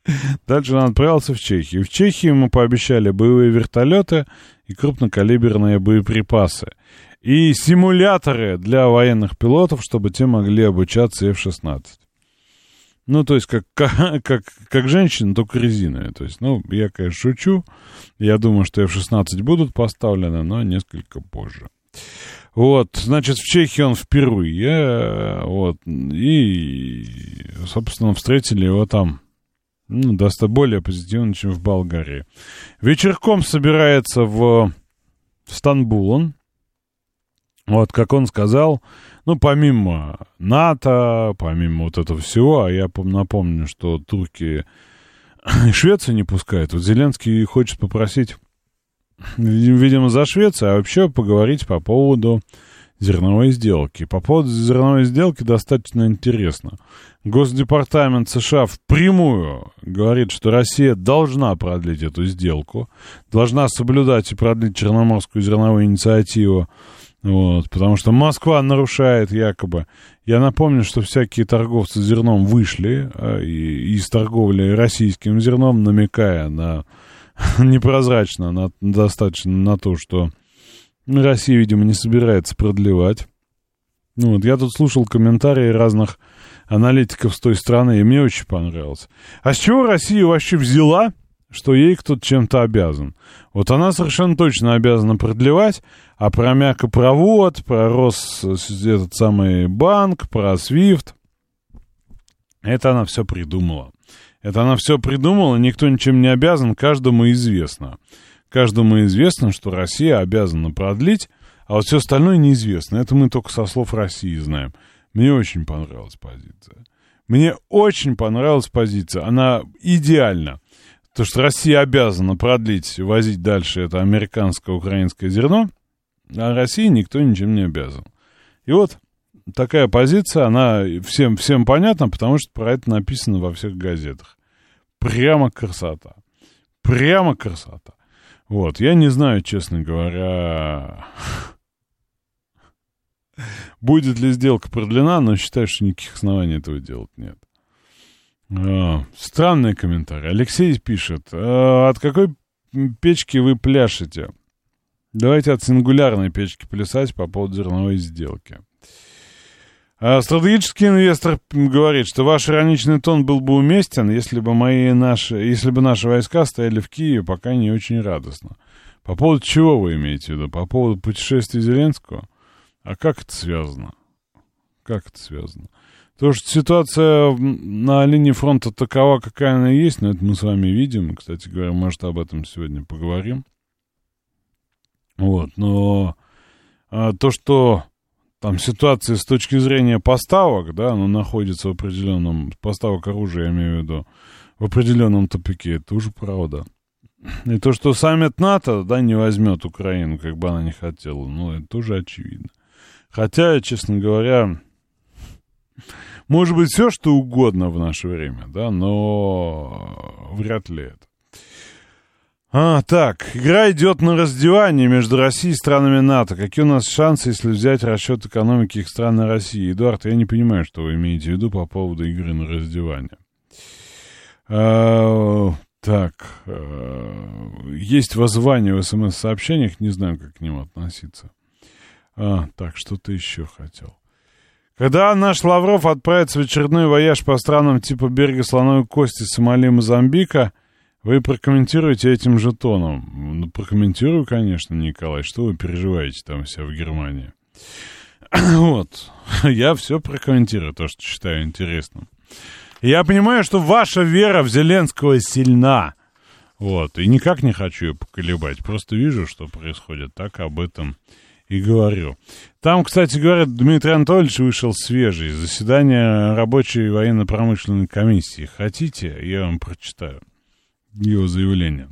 Дальше он отправился в Чехию. В Чехии ему пообещали боевые вертолеты и крупнокалиберные боеприпасы. И симуляторы для военных пилотов, чтобы те могли обучаться F-16. Ну, то есть, как женщина, только резиновые. То есть, ну, я, конечно, шучу. Я думаю, что F-16 будут поставлены, но несколько позже. Вот, значит, в Чехии он впервые. Вот, и, собственно, встретили его там, ну, достаточно более позитивно, чем в Болгарии. Вечерком собирается в Стамбул он. Вот, как он сказал, ну, помимо НАТО, помимо вот этого всего, а я напомню, что турки и Швецию не пускают. Вот Зеленский хочет попросить, видимо, за Швецию, а вообще поговорить по поводу зерновой сделки. По поводу зерновой сделки достаточно интересно. Госдепартамент США впрямую говорит, что Россия должна продлить эту сделку, должна соблюдать и продлить Черноморскую зерновую инициативу. Вот, потому что Москва нарушает якобы. Я напомню, что всякие торговцы зерном вышли из торговли российским зерном, намекая на непрозрачно, достаточно на то, что Россия, видимо, не собирается продлевать. Ну, вот, я тут слушал комментарии разных аналитиков с той стороны, и мне очень понравилось. А с чего Россия вообще взяла, что ей кто-то чем-то обязан? Вот она совершенно точно обязана продлевать, а про мякопровод, про этот самый банк, про SWIFT, это она все придумала. Это она все придумала, никто ничем не обязан, каждому известно. Каждому известно, что Россия обязана продлить, а вот все остальное неизвестно. Это мы только со слов России знаем. Мне очень понравилась позиция. Мне очень понравилась позиция. Она идеальна. То, что Россия обязана продлить, возить дальше это американское, украинское зерно, а России никто ничем не обязан. И вот такая позиция, она всем понятна, потому что про это написано во всех газетах. Прямо красота. Прямо красота. Вот, я не знаю, честно говоря, будет ли сделка продлена, но считаю, что никаких оснований этого делать нет. Странный комментарий. Алексей пишет: от какой печки вы пляшете? Давайте от сингулярной печки плясать по поводу зерновой сделки. Стратегический инвестор говорит, что ваш ироничный тон был бы уместен, если бы наши войска стояли в Киеве, пока не очень радостно. По поводу чего вы имеете в виду? По поводу путешествия Зеленского? А как это связано? Как это связано? Потому что ситуация на линии фронта такова, какая она есть, но это мы с вами видим. Кстати говоря, может, об этом сегодня поговорим. Вот, но то, что там ситуация с точки зрения поставок, да, она находится в определенном, поставок оружия, я имею в виду, в определенном тупике, это уже правда. И то, что саммит НАТО, да, не возьмет Украину, как бы она ни хотела, ну, это тоже очевидно. Хотя, честно говоря, может быть все, что угодно в наше время, да, но вряд ли это. Так, игра идет на раздевание между Россией и странами НАТО. Какие у нас шансы, если взять расчет экономики их стран на России? Эдуард, я не понимаю, что вы имеете в виду по поводу игры на раздевание. Есть воззвание в СМС-сообщениях, не знаю, как к ним относиться. Так, что-то еще хотел. Когда наш Лавров отправится в очередной вояж по странам типа берега Слоновой Кости, Сомали, Мозамбика, вы прокомментируете этим же тоном? Ну, прокомментирую, конечно, Николай. Что вы переживаете там вся в Германии? Вот. Я все прокомментирую, то, что считаю интересным. Я понимаю, что ваша вера в Зеленского сильна. Вот. И никак не хочу ее поколебать. Просто вижу, что происходит. Так об этом и говорю. Там, кстати говоря, Дмитрий Анатольевич вышел свежий. Заседание рабочей военно-промышленной комиссии. Хотите, я вам прочитаю его заявление.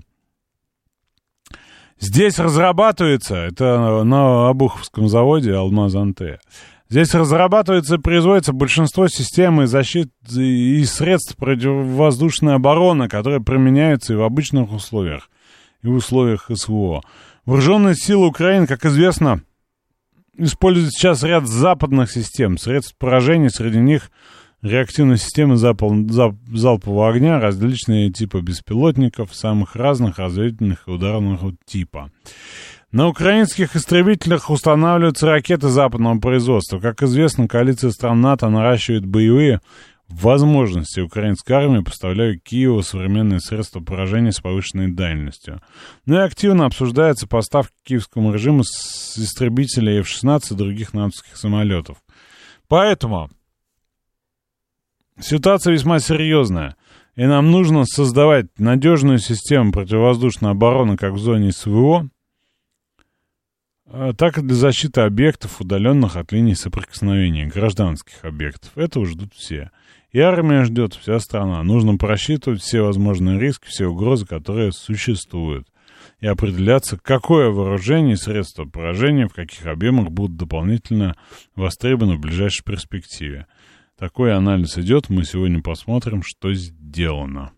Здесь разрабатывается, это на Обуховском заводе «Алмаз-Антея», здесь разрабатывается и производится большинство систем защиты и средств противовоздушной обороны, которые применяются и в обычных условиях, и в условиях СВО. Вооруженные силы Украины, как известно, используют сейчас ряд западных систем, средств поражения, среди них реактивные системы залпового огня, различные типы беспилотников самых разных разведывательных и ударного типа. На украинских истребителях устанавливаются ракеты западного производства. Как известно, коалиция стран НАТО наращивает боевые возможности украинской армии, поставляя Киеву современные средства поражения с повышенной дальностью. Но и активно обсуждается поставка киевскому режиму с истребителей F-16 и других натовских самолетов. Поэтому ситуация весьма серьезная, и нам нужно создавать надежную систему противовоздушной обороны как в зоне СВО, так и для защиты объектов, удаленных от линии соприкосновения, гражданских объектов. Этого ждут все. И армия ждет, вся страна. Нужно просчитывать все возможные риски, все угрозы, которые существуют. И определяться, какое вооружение и средства поражения, в каких объемах будут дополнительно востребованы в ближайшей перспективе. Такой анализ идет. Мы сегодня посмотрим, что сделано.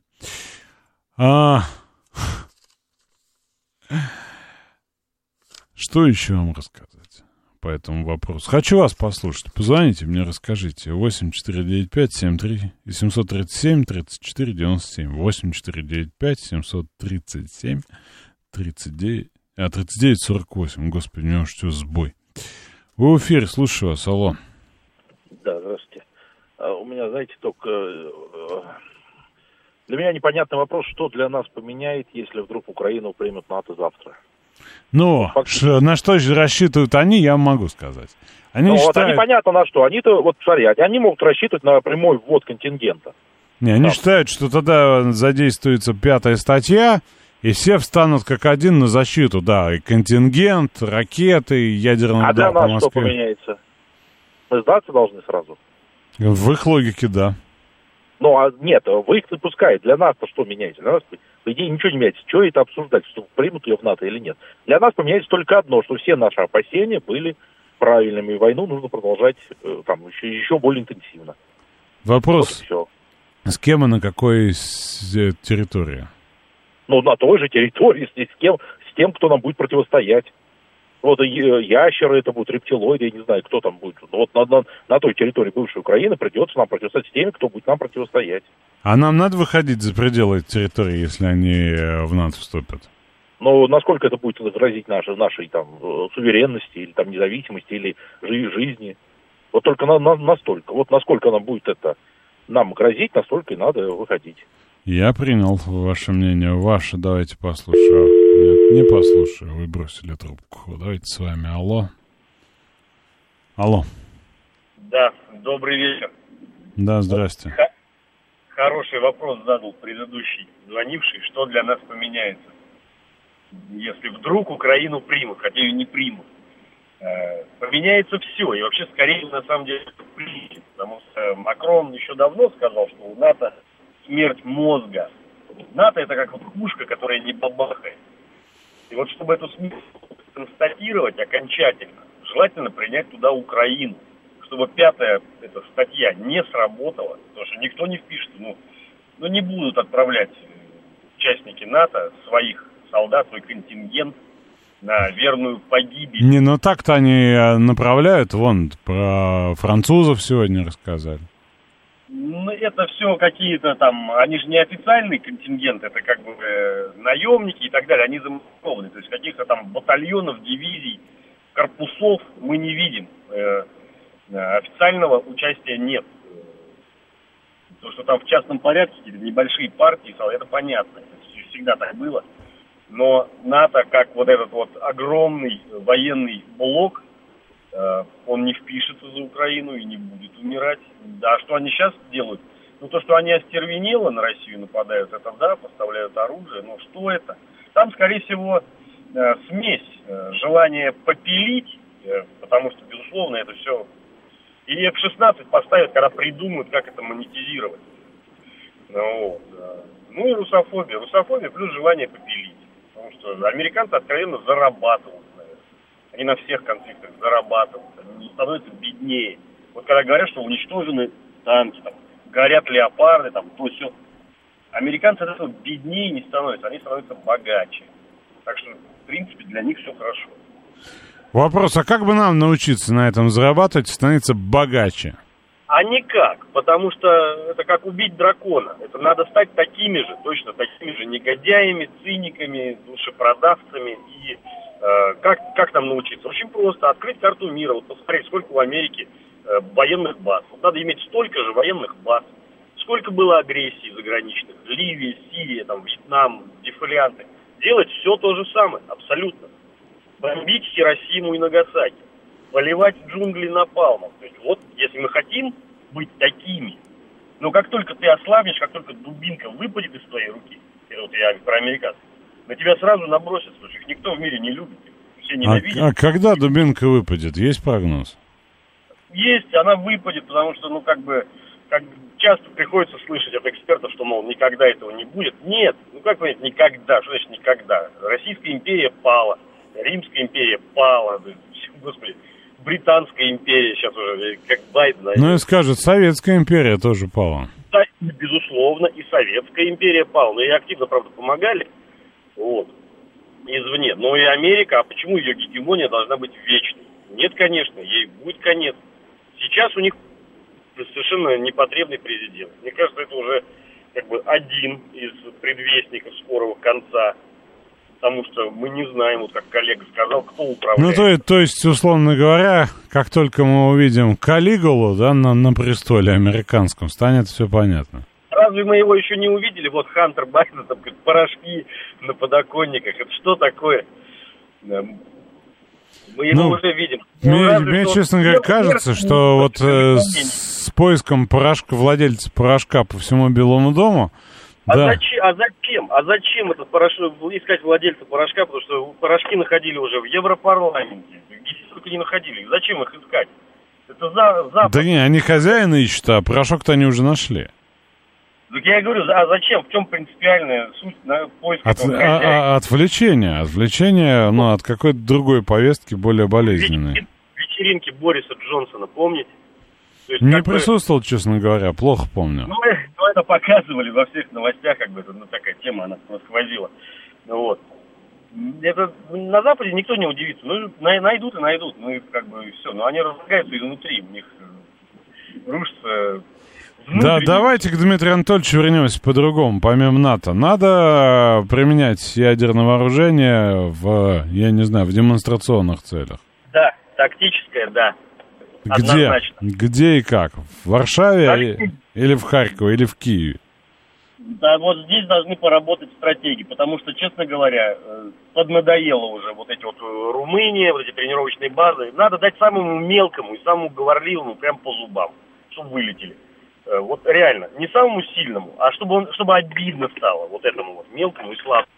Что еще вам рассказать по этому вопросу? Хочу вас послушать. Позвоните мне, расскажите. 8495-737-34-97. 8495-737-39-48. Господи, у меня уж что, сбой. Вы в эфире, слушаю вас. Алло. Да, здравствуйте. У меня, знаете, только... Для меня непонятный вопрос, что для нас поменяет, если вдруг Украину примут НАТО завтра. Ну, на что же рассчитывают они, я могу сказать. Они считают... Вот они понятно на что. Они-то, вот смотри, они могут рассчитывать на прямой ввод контингента. Не, они считают, что тогда задействуется 5-я статья, и все встанут как один на защиту, да, и контингент, ракеты, ядерный удар по Москве. А для нас что поменяется? Мы сдаться должны сразу? В их логике, да. Ну, а нет, вы их допускаете. Для нас-то что меняется? Для нас, по идее, ничего не меняется. Что это обсуждать, что примут ее в НАТО или нет? Для нас поменяется только одно, что все наши опасения были правильными, и войну нужно продолжать там еще более интенсивно. Вопрос, вот с кем и на какой территории? Ну, на той же территории, с тем, кто нам будет противостоять. Вот ящеры, это будут рептилоиды, я не знаю, кто там будет. Вот на той территории бывшей Украины придется нам противостоять с теми, кто будет нам противостоять. А нам надо выходить за пределы этой территории, если они в НАТО вступят? Ну, насколько это будет грозить нашей там суверенности, или там независимости, или жизни. Вот только настолько. Вот насколько она будет это нам грозить, настолько и надо выходить. Я принял ваше мнение. Ваше давайте послушаю. Нет, не послушаю. Вы бросили трубку. Давайте с вами. Алло. Алло. Да, добрый вечер. Да, здрасте. Хороший вопрос задал предыдущий звонивший. Что для нас поменяется, если вдруг Украину примут, хотя ее не примут? Поменяется все. И вообще, скорее, на самом деле, примут. Потому что Макрон еще давно сказал, что у НАТО смерть мозга. НАТО — это как вот пушка, которая не бабахает. И вот чтобы эту смерть констатировать окончательно, желательно принять туда Украину. Чтобы 5-я эта статья не сработала, потому что никто не впишет. Ну не будут отправлять участники НАТО своих солдат, свой контингент на верную погибель. Не, ну так-то они направляют. Вон, про французов сегодня рассказали. Ну, это все какие-то там, они же не официальный контингент, это как бы наемники и так далее, они замаскированы. То есть каких-то там батальонов, дивизий, корпусов мы не видим. Официального участия нет. То, что там в частном порядке какие-то небольшие партии, это понятно, это всегда так было. Но НАТО, как вот этот вот огромный военный блок, он не впишется за Украину и не будет умирать. Да, что они сейчас делают? Ну, то, что они остервенело на Россию нападают, это да, поставляют оружие, но что это? Там, скорее всего, смесь желания попилить, потому что, безусловно, это все... И F-16 поставят, когда придумают, как это монетизировать. Ну и русофобия. Русофобия плюс желание попилить. Потому что американцы откровенно зарабатывают. Они на всех конфликтах зарабатывают, они не становятся беднее. Вот когда говорят, что уничтожены танки, там, горят леопарды, там, то все. Американцы от этого беднее не становятся, они становятся богаче. Так что, в принципе, для них все хорошо. Вопрос, а как бы нам научиться на этом зарабатывать и становиться богаче? А никак, потому что это как убить дракона. Это надо стать такими же, точно такими же негодяями, циниками, душепродавцами. И как нам научиться? Очень просто. Открыть карту мира, вот посмотреть, сколько в Америке военных баз. Вот надо иметь столько же военных баз. Сколько было агрессий заграничных. Ливия, Сирия, там, Вьетнам, дефолианты. Делать все то же самое, абсолютно. Бомбить Хиросиму и Нагасаки. Поливать джунгли напалмом. То есть вот, если мы хотим быть такими, но как только ты ослабнешь, как только дубинка выпадет из твоей руки, это вот я про американцев, на тебя сразу набросятся, потому что их никто в мире не любит. Все ненавидят. А когда дубинка выпадет? Есть прогноз? Есть, она выпадет, потому что, как часто приходится слышать от экспертов, что, мол, никогда этого не будет. Нет, как понять, никогда, что значит никогда? Российская империя пала, Римская империя пала, господи, Британская империя сейчас уже, как Байден. Ну и скажут, Советская империя тоже пала. Да, безусловно, и Советская империя пала, но ей активно, правда, помогали, вот, извне. Но и Америка, а почему ее гегемония должна быть вечной? Нет, конечно, ей будет конец. Сейчас у них совершенно непотребный президент. Мне кажется, это уже один из предвестников скорого конца. Потому что мы не знаем, вот как коллега сказал, кто управляет. Ну, то есть, условно говоря, как только мы увидим Калигулу, да, на престоле американском, станет все понятно. Разве мы его еще не увидели? Вот Хантер Байден, там, порошки на подоконниках. Это что такое? Мы его уже видим. Мне, честно говоря, кажется, что вот с поиском владельца порошка по всему Белому дому... Зачем этот порошок, искать владельца порошка? Потому что порошки находили уже в Европарламенте. Где только не находили. Зачем их искать? Это Запад. Да не, они хозяина ищут, а порошок-то они уже нашли. Так я и говорю, а зачем? В чем принципиальная суть поиска этого хозяина? Отвлечение, от какой-то другой повестки, более болезненной. Вечеринки Бориса Джонсона, помните? Не присутствовал, честно говоря, плохо помню. Это показывали во всех новостях, такая тема, она сквозила. Вот. Это на Западе никто не удивится. Найдут и найдут, и все. Но они разлагаются изнутри, у них рушится внутренне. Да, давайте к Дмитрию Анатольевичу вернемся по-другому, помимо НАТО. Надо применять ядерное вооружение в демонстрационных целях. Да, тактическое, да. Где и как? В Варшаве или в Харькове, или в Киеве? Да, вот здесь должны поработать стратеги, потому что, честно говоря, поднадоело уже вот эти Румыния, вот эти тренировочные базы. Надо дать самому мелкому и самому говорливому прям по зубам, чтобы вылетели. Вот реально, не самому сильному, а чтобы обидно стало вот этому мелкому и слабому.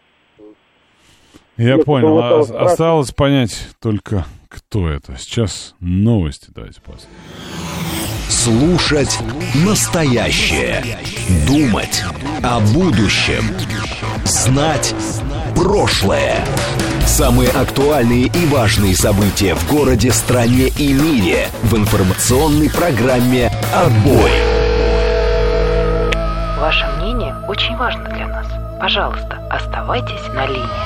Я понял. Осталось понять только, кто это. Сейчас новости давайте посмотрим. Слушать настоящее. Думать о будущем. Знать прошлое. Самые актуальные и важные события в городе, стране и мире в информационной программе «Отбой». Ваше мнение очень важно для нас. Пожалуйста, оставайтесь на линии.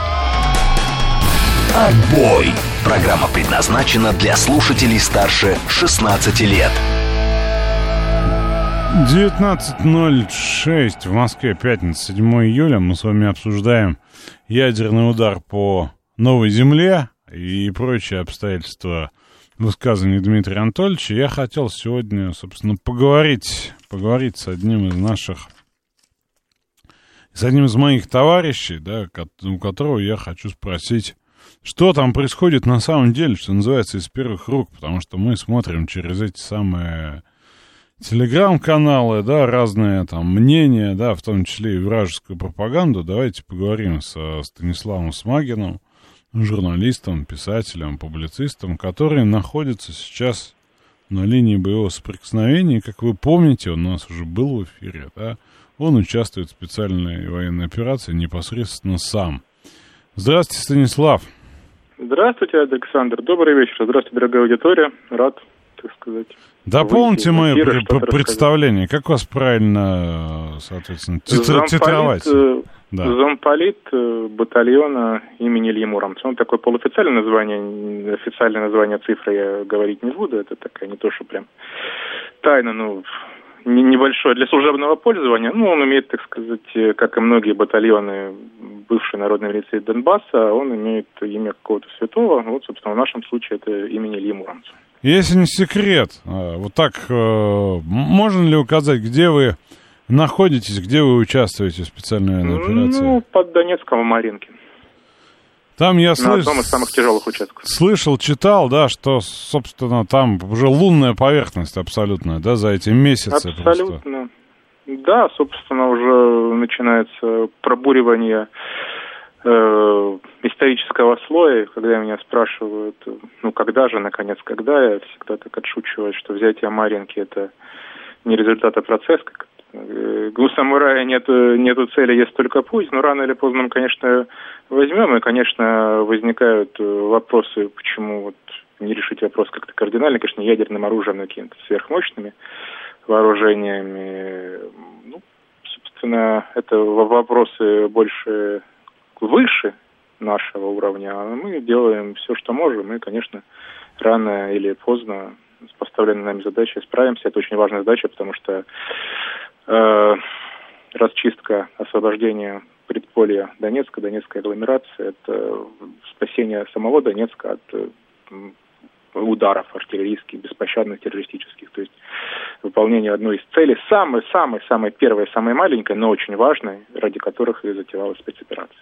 «Отбой». Программа предназначена для слушателей старше 16 лет. 19:06 в Москве, пятница, 7 июля. Мы с вами обсуждаем ядерный удар по Новой Земле и прочие обстоятельства высказываний Дмитрия Анатольевича. Я хотел сегодня, собственно, поговорить с одним из моих товарищей, да, у которого я хочу спросить, что там происходит на самом деле, что называется, из первых рук, потому что мы смотрим через эти самые телеграм-каналы, да, разные там мнения, да, в том числе и вражескую пропаганду. Давайте поговорим со Станиславом Смагиным, журналистом, писателем, публицистом, который находится сейчас на линии боевого соприкосновения. Как вы помните, он у нас уже был в эфире, да, он участвует в специальной военной операции непосредственно сам. Здравствуйте, Станислав. Здравствуйте, Александр. Добрый вечер. Здравствуйте, дорогая аудитория. Рад, так сказать. Дополните мое представление. Как вас правильно, соответственно, титровать? Да. Замполит батальона имени Ильи Муромца. Он такое полуофициальное название, официальное название цифры я говорить не буду. Это такая не то, что прям тайно, небольшое для служебного пользования. Он имеет, так сказать, как и многие батальоны бывшей народной милиции Донбасса, он имеет имя какого-то святого. Вот, собственно, в нашем случае это имя Ильи Муромца. Если не секрет, вот так, можно ли указать, где вы находитесь, где вы участвуете в специальной военной операции? Под Донецком в Маринке. Там я на одном из самых тяжелых участков. Слышал, читал, да, что, собственно, там уже лунная поверхность абсолютная, да, за эти месяцы. Абсолютно. Просто. Да, собственно, уже начинается пробуривание исторического слоя. Когда меня спрашивают, когда же, наконец, когда, я всегда так отшучиваю, что взятие Маринки — это не результат, а процесс. У самурая нету цели, есть только путь, но рано или поздно мы, конечно, возьмем, и, конечно, возникают вопросы, почему не решить вопрос как-то кардинально, конечно, ядерным оружием, какими-то сверхмощными вооружениями. Собственно, это вопросы больше выше нашего уровня, а мы делаем все, что можем, и, конечно, рано или поздно с поставленной нами задачей справимся. Это очень важная задача, потому что расчистка, освобождение предполья Донецка, Донецкой агломерации — это спасение самого Донецка от ударов артиллерийских, беспощадных террористических. То есть выполнение одной из целей, самой первой, самой маленькой, но очень важной, ради которых и затевалась спецоперация.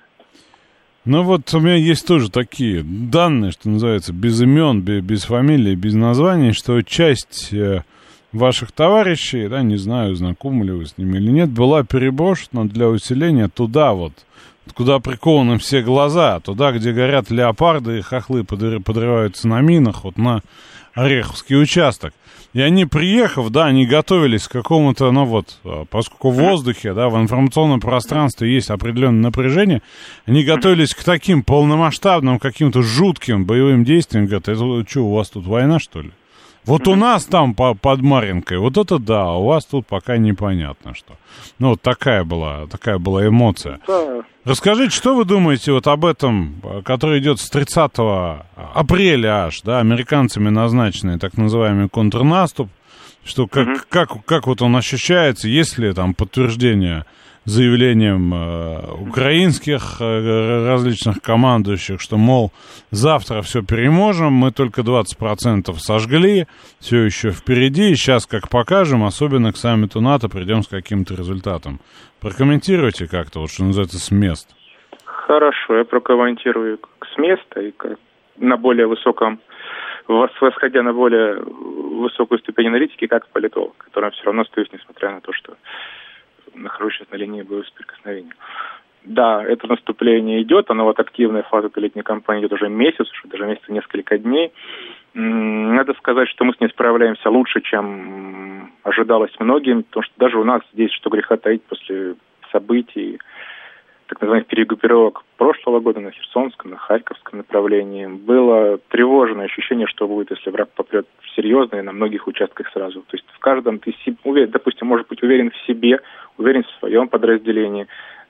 У меня есть тоже такие данные, что называется, без имен, без фамилий, без названий, что часть ваших товарищей, да, не знаю, знакомы ли вы с ними или нет, была переброшена для усиления туда куда прикованы все глаза, туда, где горят леопарды и хохлы подрываются на минах, на Ореховский участок. И они, приехав, да, они готовились к какому-то, поскольку в воздухе, да, в информационном пространстве есть определенное напряжение, они готовились к таким полномасштабным, каким-то жутким боевым действиям. Говорят, это что, у вас тут война, что ли? У нас там под Маринкой, это да, у вас тут пока непонятно что. Такая была эмоция. Да. Расскажите, что вы думаете об этом, который идет с 30 апреля аж, да, американцами назначенный так называемый контрнаступ, что как он ощущается, есть ли там подтверждение заявлением украинских различных командующих, что, мол, завтра все переможем, мы только 20% сожгли, все еще впереди, и сейчас, как покажем, особенно к саммиту НАТО придем с каким-то результатом. Прокомментируйте как-то, что называется, с мест. Хорошо, я прокомментирую с места и на более высоком, восходя на более высокую ступень аналитики, как политолог, которым все равно остаюсь, несмотря на то, что нахожусь сейчас на линии боевого соприкосновения. Да, это наступление идет, оно активная фаза этой летней кампании идет уже месяц, даже несколько дней. Надо сказать, что мы с ней справляемся лучше, чем ожидалось многим, потому что даже у нас здесь, что греха таить, после событий, так называемых перегруппировок прошлого года на Херсонском, на Харьковском направлении, было тревожное ощущение, что будет, если враг попрет серьезно и на многих участках сразу. То есть в каждом ты уверен, допустим, может быть уверен в себе, уверен в своем подразделении,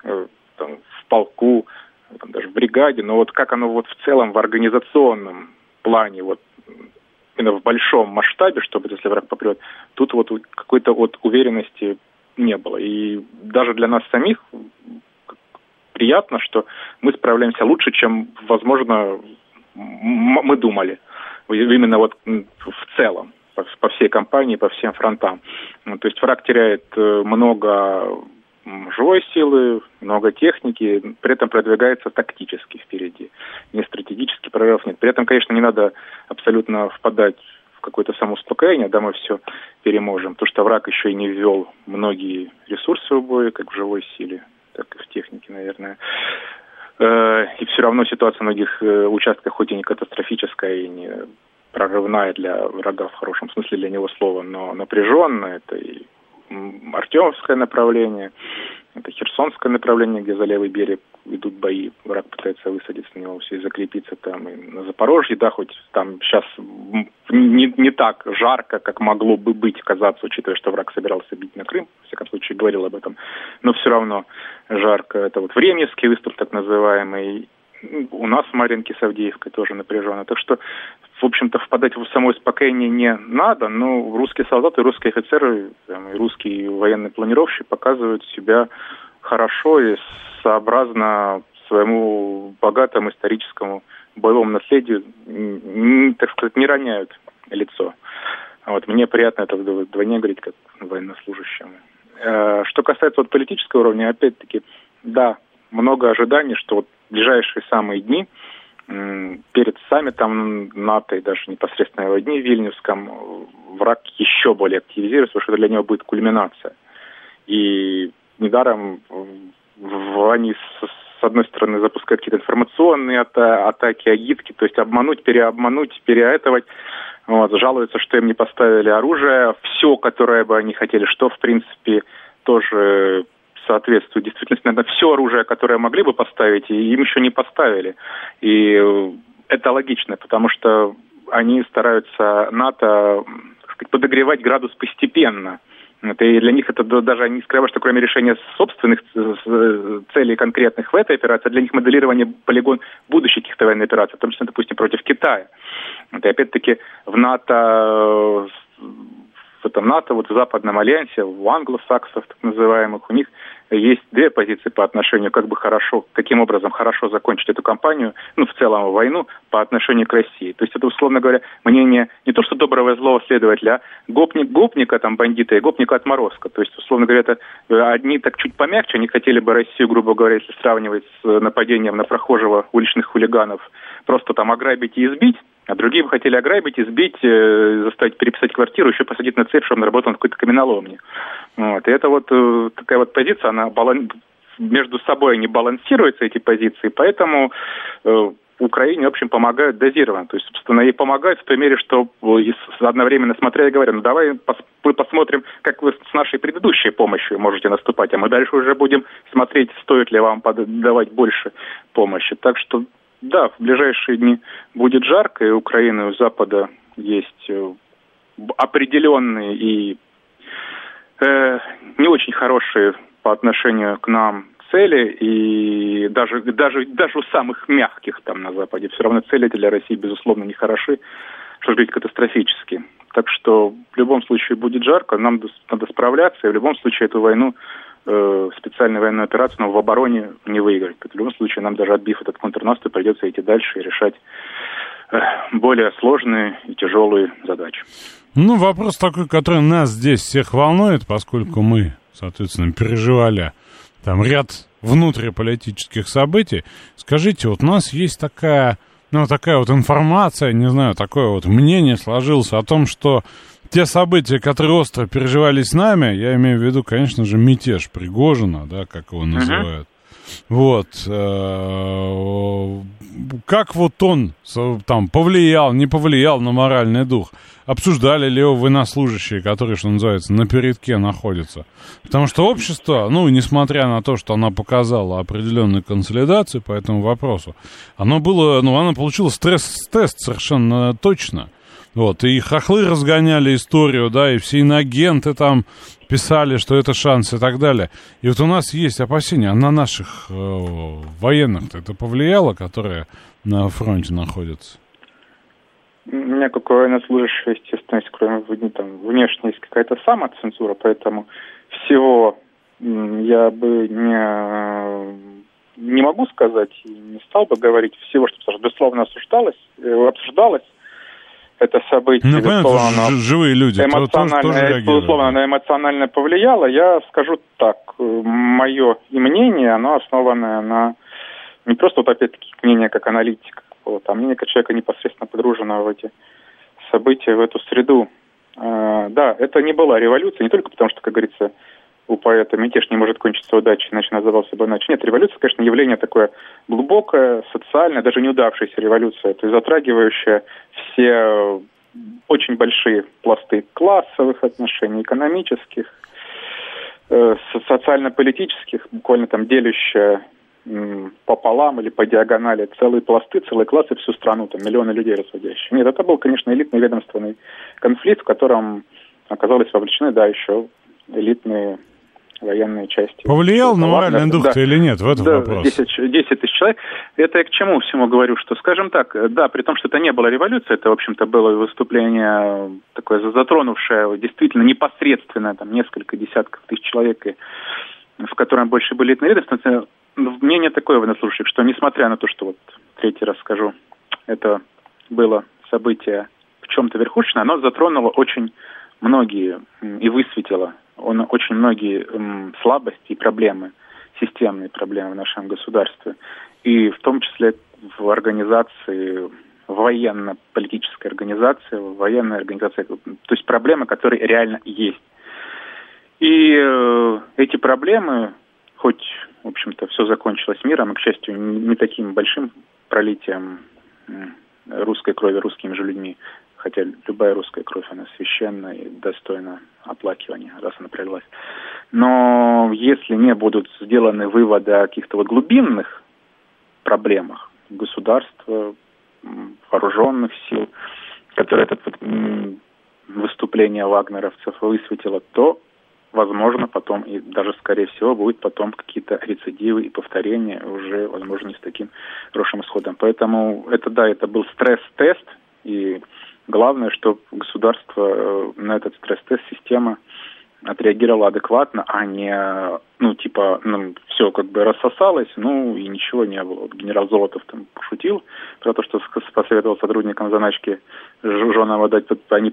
в полку, даже в бригаде, но как оно в целом в организационном плане, именно в большом масштабе, чтобы, если враг попрет, тут какой-то уверенности не было. И даже для нас самих приятно, что мы справляемся лучше, чем, возможно, мы думали. Именно в целом, по всей кампании, по всем фронтам. То есть враг теряет много живой силы, много техники, при этом продвигается тактически впереди. Не стратегически, прорывов нет. При этом, конечно, не надо абсолютно впадать в какое-то самоуспокоение, да, мы все переможем. Потому что враг еще и не ввел многие ресурсы в бой, как в живой силе, так и в технике, наверное. И все равно ситуация на многих участках, хоть и не катастрофическая, и не прорывная для врага в хорошем смысле для него слова, но напряженная. Это и Артемовское направление, это Херсонское направление, где за левый берег идут бои, враг пытается высадиться на него все и закрепиться там, и на Запорожье, да, хоть там сейчас не так жарко, как могло бы быть, казаться, учитывая, что враг собирался бить на Крым, в всяком случае говорил об этом, но все равно жарко. Это Временевский выступ так называемый, у нас в Маринке с Авдеевкой тоже напряженно, так что в общем-то, впадать в самоуспокоение не надо, но русские солдаты, русские офицеры, и русские военные планировщики показывают себя хорошо и сообразно своему богатому историческому боевому наследию, так сказать, не роняют лицо. Вот, мне приятно это вдвойне говорить, как военнослужащему. Что касается вот политического уровня, опять-таки, да, много ожиданий, что вот в ближайшие самые дни перед саммитом НАТО и даже непосредственно его дни в Вильнюсском враг еще более активизируется, потому что для него будет кульминация. И недаром они с одной стороны запускают какие-то информационные атаки, агитки, то есть обмануть, переэтовать. Вот, жалуются, что им не поставили оружие, все, которое бы они хотели, что, в принципе, тоже соответствует действительности. Наверное, все оружие, которое могли бы поставить, и им еще не поставили. И это логично, потому что они стараются НАТО, так сказать, подогревать градус постепенно. И для них это даже они скрывают, что кроме решения собственных целей конкретных в этой операции, для них моделирование полигон будущих каких-то военных операций, в том числе, допустим, против Китая. И опять-таки в НАТО, вот в Западном альянсе, у англосаксов, так называемых, у них есть две позиции по отношению, каким образом хорошо закончить эту кампанию, в целом войну, по отношению к России. То есть это, условно говоря, мнение не то что доброго и злого следователя, а гопника, бандита, и гопника отморозка. То есть, условно говоря, это одни так чуть помягче, они хотели бы Россию, грубо говоря, если сравнивать с нападением на прохожего уличных хулиганов, просто ограбить и избить, а другие бы хотели ограбить, избить, заставить переписать квартиру, еще посадить на цепь, чтобы он работал на какой-то каменоломне. Вот. И это такая вот позиция, она между собой не балансируются, эти позиции, поэтому Украине, в общем, помогают дозированно. То есть, собственно, ей помогают в той мере, что одновременно смотря и говоря, давай мы посмотрим, как вы с нашей предыдущей помощью можете наступать, а мы дальше уже будем смотреть, стоит ли вам давать больше помощи. Так что да, в ближайшие дни будет жарко, и у Украины, у Запада есть определенные и не очень хорошие по отношению к нам цели, и даже у самых мягких там на Западе все равно цели для России, безусловно, не хороши, что говорить, катастрофически. Так что в любом случае будет жарко, нам надо справляться, и в любом случае эту войну, специальную военную операцию, но в обороне не выиграть. В любом случае нам, даже отбив этот контрнаступ, придется идти дальше и решать более сложные и тяжелые задачи. Вопрос такой, который нас здесь всех волнует, поскольку мы, соответственно, переживали там ряд внутриполитических событий. Скажите, вот у нас есть такая вот информация, не знаю, такое вот мнение сложилось о том, что те события, которые остро переживались с нами, я имею в виду, конечно же, мятеж Пригожина, да, как его называют. Вот. Как вот он там повлиял, не повлиял на моральный дух? Обсуждали ли его военнослужащие, которые, что называется, на передке находятся? Потому что общество, несмотря на то, что оно показало определенную консолидацию по этому вопросу, оно получило стресс-тест совершенно точно. Вот, и хохлы разгоняли историю, да, и все иноагенты там писали, что это шанс и так далее. И вот у нас есть опасения, а на наших военных-то это повлияло, которые на фронте находятся? У меня, как у военнослужащего, естественно, есть, кроме внешне есть какая-то самоцензура, поэтому всего я бы не могу сказать, не стал бы говорить всего, что, безусловно, обсуждалось. Это событие, понятно, живые люди, безусловно, эмоционально повлияло. Я скажу так, мое мнение, оно основано на не просто, опять-таки, мнение как аналитика, а мнение как человека, непосредственно погруженного в эти события, в эту среду. Да, это не была революция, не только потому, что, как говорится, у поэта мятеж не может кончиться удачей, иначе назывался бы иначе. Нет, революция, конечно, явление такое глубокое, социальное, даже неудавшаяся революция, то есть затрагивающая все очень большие пласты классовых отношений, экономических, социально-политических, буквально делящая пополам или по диагонали целые пласты, целые классы, всю страну, миллионы людей разводящие. Нет, это был, конечно, элитный ведомственный конфликт, в котором оказались вовлечены, еще элитные военные части. Повлиял на моральный дух или нет? В этом вопрос. 10 тысяч человек. Это я к чему всему говорю, что, скажем так, да, при том, что это не было революцией, это, в общем-то, было выступление такое затронувшее действительно непосредственно там несколько десятков тысяч человек, в котором больше были этнорядовцы. Мнение такое военнослужащих, что несмотря на то, что вот третий раз скажу, это было событие в чем-то верхушечное, оно затронуло очень многие и высветило очень многие слабости и проблемы, системные проблемы в нашем государстве. И в том числе в организации, военно-политической организации, военной организации, то есть проблемы, которые реально есть. И эти проблемы, хоть, в общем-то, все закончилось миром, и, к счастью, не таким большим пролитием русской крови русскими же людьми, хотя любая русская кровь, она священна и достойна оплакивания, раз она пролилась. Но если не будут сделаны выводы о каких-то вот глубинных проблемах государства, вооруженных сил, которые это выступление вагнеровцев высветило, то, возможно, потом, и даже, скорее всего, будут потом какие-то рецидивы и повторения, уже, возможно, не с таким хорошим исходом. Поэтому это был стресс-тест, и главное, чтобы государство на этот стресс-тест, система отреагировала адекватно, а не, все как бы рассосалось, и ничего не было. Вот генерал Золотов там пошутил про то, что посоветовал сотрудникам заначки женам отдать,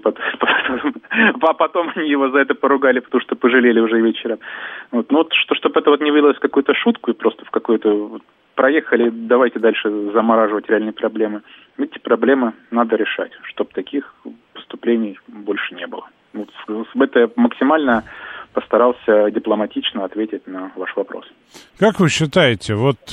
а потом они его за это поругали, потому что пожалели уже вечером. Чтобы это не вылилось в какую-то шутку и просто в какую-то проехали, давайте дальше замораживать реальные проблемы. Эти проблемы надо решать, чтобы таких поступлений больше не было. Это я максимально постарался дипломатично ответить на ваш вопрос. Как вы считаете,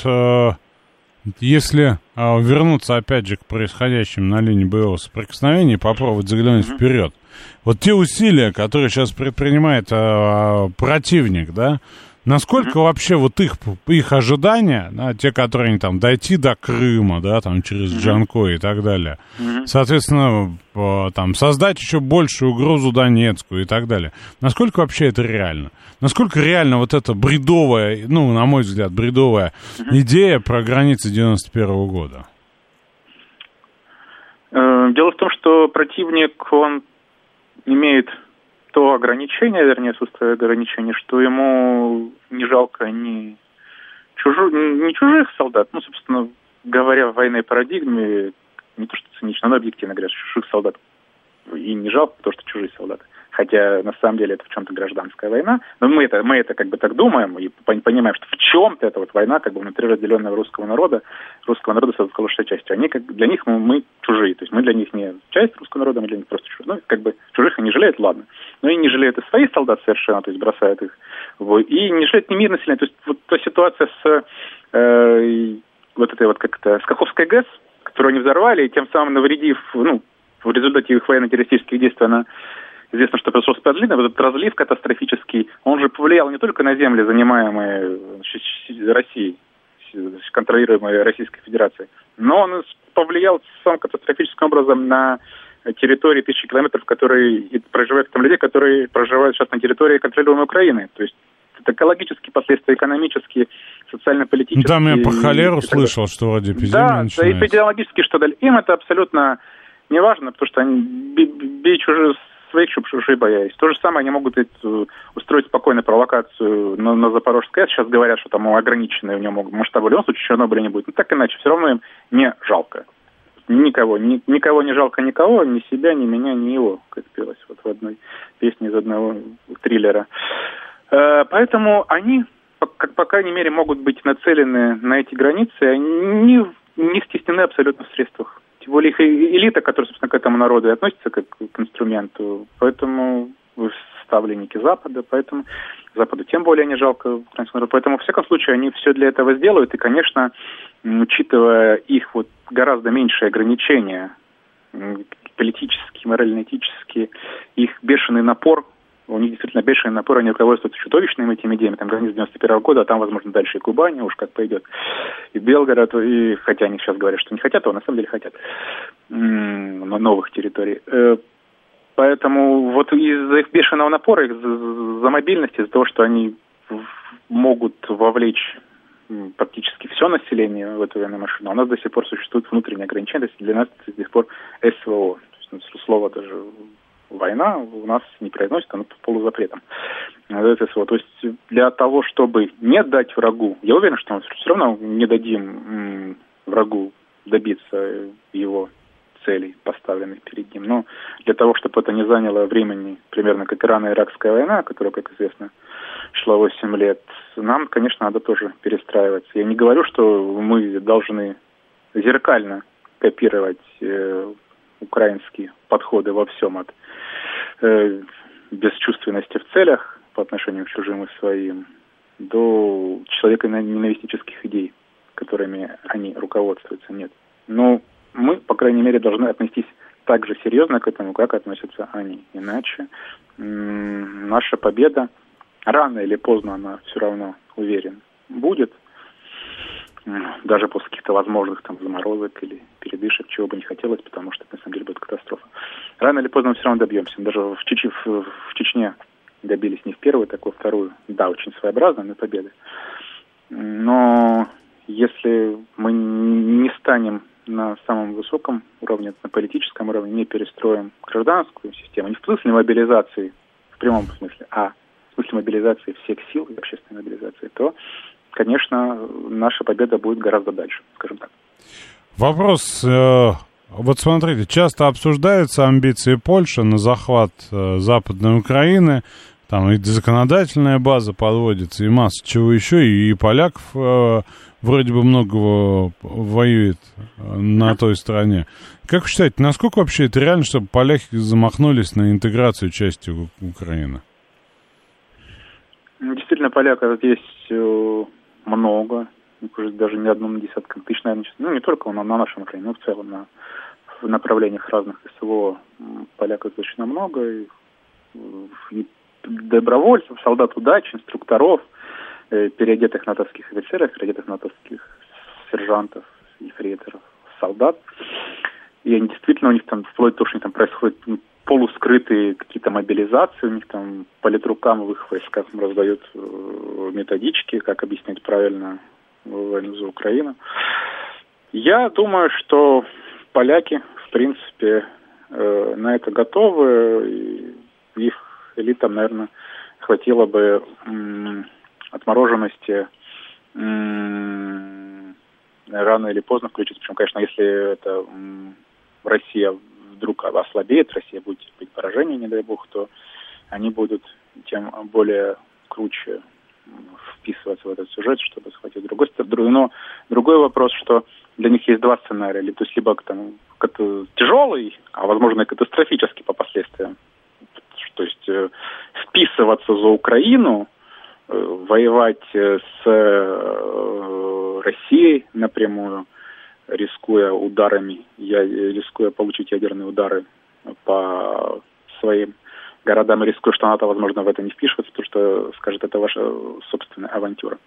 если вернуться опять же к происходящим на линии боевого соприкосновения и попробовать заглянуть вперед, вот те усилия, которые сейчас предпринимает противник, да, насколько вообще вот их ожидания, да, те, которые они там дойти до Крыма, да, там через Джанкой и так далее, соответственно, там создать еще большую угрозу Донецку и так далее. Насколько вообще это реально? Насколько реально вот эта бредовая, на мой взгляд, бредовая идея про границы 91-го года? Дело в том, что противник, он имеет то ограничение, вернее, отсутствие ограничений, что ему не жалко ни чужих солдат, собственно говоря, в военной парадигме, не то что цинично, но объективно говоря, чужих солдат и не жалко, потому что чужие солдаты. Хотя, на самом деле, это в чем-то гражданская война. Но мы это как бы так думаем и понимаем, что в чем-то это война как бы внутри разделенного русского народа с большей частью. Для них мы чужие. То есть мы для них не часть русского народа, мы для них просто чужие. Чужих они жалеют, ладно. Но и не жалеют и своих солдат совершенно, то есть бросают их в бой. И не жалеют ни мирное население. То есть та ситуация с с Каховской ГЭС, которую они взорвали, и тем самым навредив, в результате их военно-террористических действий, известно, что произошло с Петлиной, этот разлив катастрофический, он же повлиял не только на земли, занимаемые Россией, контролируемые Российской Федерацией, но он повлиял самым катастрофическим образом на территории 1000 километров, которые проживают там людей, которые проживают сейчас на территории контролируемой Украины. То есть это экологические последствия, экономические, социально-политические. Там я по холеру слышал, что вроде эпидемия начинается. Да, эпидемиологически, что дали. Им это абсолютно не важно, потому что они бей чужие своих, чужие боялись. То же самое они могут устроить спокойно провокацию на Запорожской АЭС. Сейчас говорят, что там ограниченные у него масштабы. В любом случае Чернобыля не будет. Но так иначе, все равно им не жалко. Никого не жалко никого, ни себя, ни меня, ни его, как пелось в одной песне из одного триллера. Поэтому они, по крайней мере, могут быть нацелены на эти границы, они не стеснены абсолютно в средствах. Тем более их элита, которая, собственно, к этому народу и относится как к инструменту, поэтому ставленники Запада, поэтому Западу тем более не жалко украинского народа. Поэтому, в всяком случае, они все для этого сделают. И, конечно, учитывая их гораздо меньшие ограничения, политические, морально-этические, их бешеный напор, у них действительно бешеный напор, они руководствуются чудовищными этими идеями, там границ 91 года, а там, возможно, дальше и Кубань, уж как пойдет, и Белгород, и хотя они сейчас говорят, что не хотят, а на самом деле хотят новых территорий. Поэтому из-за их бешеного напора, из-за мобильности, из-за того, что они могут вовлечь практически все население в эту военную машину. У нас до сих пор существует внутреннее ограничение, то есть для нас до сих пор СВО. То есть, слово даже война у нас не произносит, оно под полузапретом. СВО. То есть для того, чтобы не дать врагу, я уверен, что мы все равно не дадим врагу добиться его целей, поставленных перед ним. Но для того, чтобы это не заняло времени, примерно как Ирано-Иракская война, которая, как известно, шла 8 лет, нам, конечно, надо тоже перестраиваться. Я не говорю, что мы должны зеркально копировать украинские подходы во всем, от бесчувственности в целях по отношению к чужим и своим до человеконенавистнических идей, которыми они руководствуются. Нет. Но мы, по крайней мере, должны отнестись так же серьезно к этому, как относятся они. Иначе наша победа, рано или поздно, она все равно, уверен, будет. Даже после каких-то возможных там заморозок или передышек, чего бы не хотелось, потому что это, на самом деле, будет катастрофа. Рано или поздно мы все равно добьемся. Даже в Чечне добились не в первую, так во вторую. Да, очень своеобразно, но победы. Но если мы не станем на самом высоком уровне, на политическом уровне, не перестроим гражданскую систему, не в смысле мобилизации, в прямом смысле, а в смысле мобилизации всех сил и общественной мобилизации, то, конечно, наша победа будет гораздо дальше, скажем так. Вопрос. Вот смотрите, часто обсуждаются амбиции Польши на захват Западной Украины. Там и законодательная база подводится, и масса чего еще, и поляков вроде бы много воюет на той стороне. Как вы считаете, насколько вообще это реально, чтобы поляки замахнулись на интеграцию части Украины? Действительно, поляков есть много, даже не одном десятком тысяч, наверное. Ну, не только на нашем Украине, но в целом в направлениях разных СВО поляков достаточно много. И добровольцев, солдат удачи, инструкторов, переодетых натовских офицеров, переодетых натовских сержантов, ефрейторов, солдат. И они действительно, у них там, вплоть до того, что у них там происходят полускрытые какие-то мобилизации, у них там политрукам в их войсках раздают методички, как объяснять правильно войну за Украину. Я думаю, что поляки, в принципе, на это готовы, и их элитам, наверное, хватило бы отмороженности рано или поздно включиться. Причем, конечно, если это Россия вдруг ослабеет, Россия будет терпеть поражение, не дай бог, то они будут тем более круче вписываться в этот сюжет, чтобы схватить другой стороны. Но другой вопрос, что для них есть два сценария. То есть либо там тяжелый, а возможно и катастрофический по последствиям. То есть вписываться за Украину, воевать с Россией напрямую, рискуя ударами, рискуя получить ядерные удары по своим городам, и рискуя, что НАТО, возможно, в это не впишется, потому что скажет, это ваша собственная авантюра.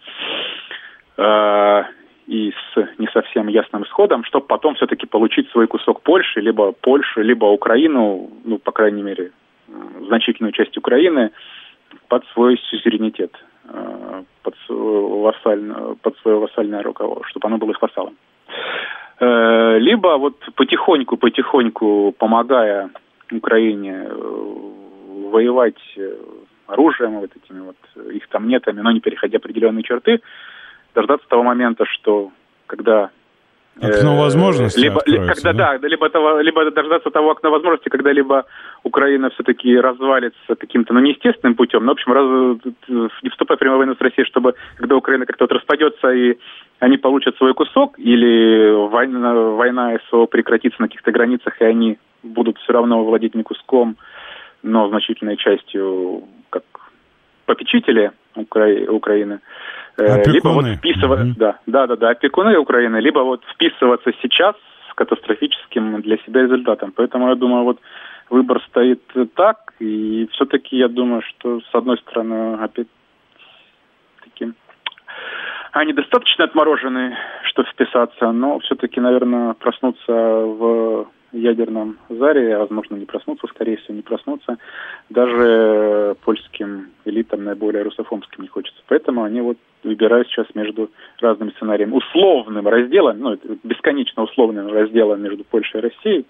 И с не совсем ясным исходом, чтобы потом все-таки получить свой кусок Польши, либо Украину, ну, по крайней мере, значительную часть Украины под свой суверенитет, под свое вассальное руководство, чтобы оно было их вассалом. Либо вот потихоньку помогая Украине воевать оружием, вот этими вот их там нетами, но не переходя определенные черты, дождаться того момента, что когда окно возможностей либо дождаться того окна возможностей, когда либо Украина все-таки развалится каким-то, неестественным путем, но, в общем, не вступая в прямую войну с Россией, чтобы, когда Украина как-то вот распадется и они получат свой кусок, или война СВО прекратится на каких-то границах, и они будут все равно владеть не куском, но значительной частью как попечители Украины. Опекуны. Либо вот вписываться, опекуны Украины, либо вот вписываться сейчас с катастрофическим для себя результатом. Поэтому я думаю, вот выбор стоит так, и все-таки я думаю, что с одной стороны опять-таки они достаточно отморожены, чтобы вписаться, но все-таки, наверное, проснуться в ядерном заре, возможно, не проснуться, скорее всего, не проснуться даже польским элитам там наиболее русофомским не хочется. Поэтому они вот выбирают сейчас между разными сценариями. Условным разделом, ну, бесконечно условным разделом между Польшей и Россией,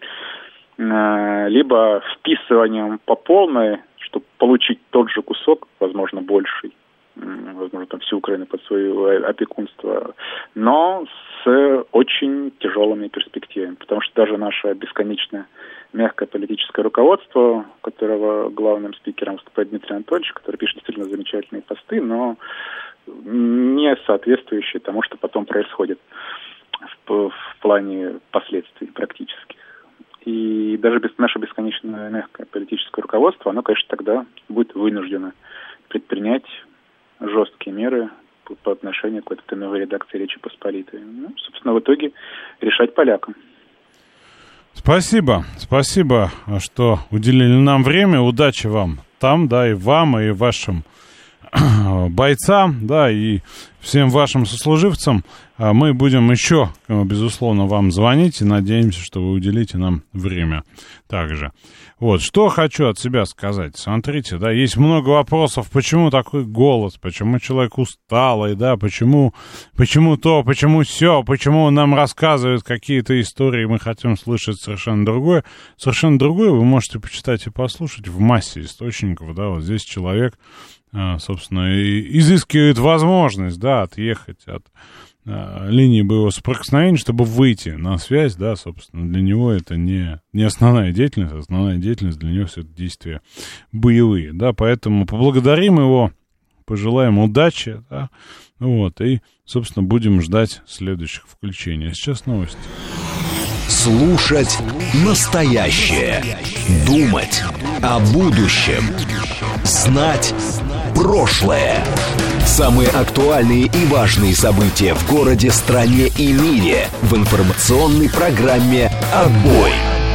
либо вписыванием по полной, чтобы получить тот же кусок, возможно, больший, возможно, там всю Украину под свое опекунство, но с очень тяжелыми перспективами, потому что даже наше бесконечное мягкое политическое руководство, которого главным спикером выступает Дмитрий Анатольевич, который пишет действительно замечательные посты, но не соответствующие тому, что потом происходит в плане последствий практических. И даже наше бесконечное мягкое политическое руководство, оно, конечно, тогда будет вынуждено предпринять жесткие меры по отношению к этой новой редакции Речи Посполитой. Ну, собственно, в итоге решать полякам. Спасибо, что уделили нам время. Удачи вам там, да, и вам, и вашим бойцам, да, и всем вашим сослуживцам. Мы будем еще, безусловно, вам звонить и надеемся, что вы уделите нам время также. Вот, что хочу от себя сказать. Смотрите, да, есть много вопросов, почему такой голос, почему человек усталый, да, почему то, почему сё, почему нам рассказывают какие-то истории, мы хотим слышать совершенно другое. Совершенно другое вы можете почитать и послушать в массе источников, да, вот здесь человек, собственно, изыскивает возможность, да, отъехать от линии боевого соприкосновения, чтобы выйти на связь, да, собственно, для него это не основная деятельность для него все это действия боевые, да, поэтому поблагодарим его, пожелаем удачи, да, вот, и, собственно, будем ждать следующих включений. А сейчас новости. Слушать настоящее. Думать о будущем. Знать прошлое. Самые актуальные и важные события в городе, стране и мире в информационной программе «Отбой».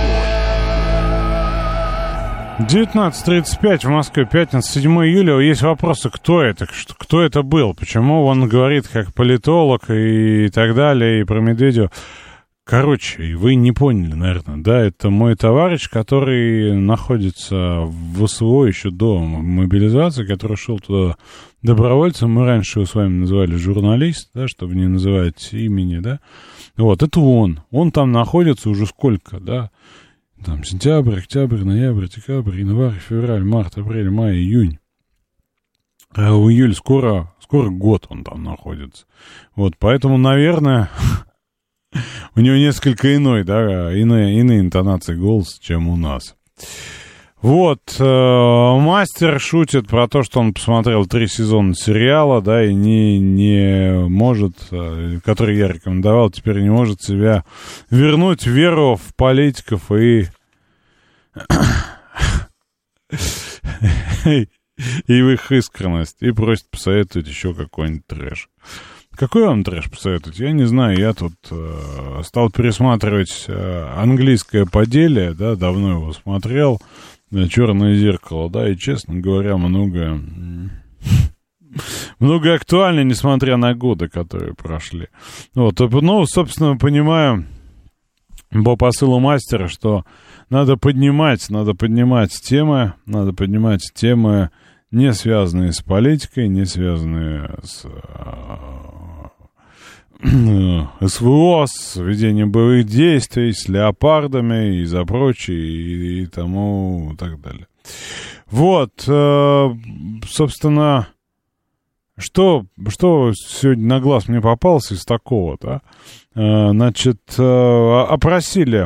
19:35 в Москве, пятница, 7 июля. Есть вопросы, кто это был, почему он говорит как политолог и так далее, и про Медведева. Короче, вы не поняли, наверное, да, это мой товарищ, который находится в СВО еще до мобилизации, который шел туда добровольцем. Мы раньше его с вами называли журналист, да, чтобы не называть имени, да. Вот, это он там находится уже сколько, да, там сентябрь, октябрь, ноябрь, декабрь, январь, февраль, март, апрель, май, июнь. А в июле скоро год он там находится. Вот, поэтому, наверное... У него несколько иные интонации голоса, чем у нас. Вот, мастер шутит про то, что он посмотрел 3 сезона сериала, да, и не может, который я рекомендовал, теперь не может себя вернуть веру в политиков и в их искренность, и просит посоветовать еще какой-нибудь трэш. Какой вам трэш посоветовать? Я не знаю, я тут стал пересматривать английское поделие, да, давно его смотрел, «Черное зеркало», да, и, честно говоря, много актуально, несмотря на годы, которые прошли. Вот, ну, собственно, понимаю по посылу мастера, что надо поднимать темы, не связанные с политикой, не связанные с СВО, с ведением боевых действий, с леопардами и за прочее, и тому так далее. Вот, собственно, что сегодня на глаз мне попалось из такого, да? Значит, опросили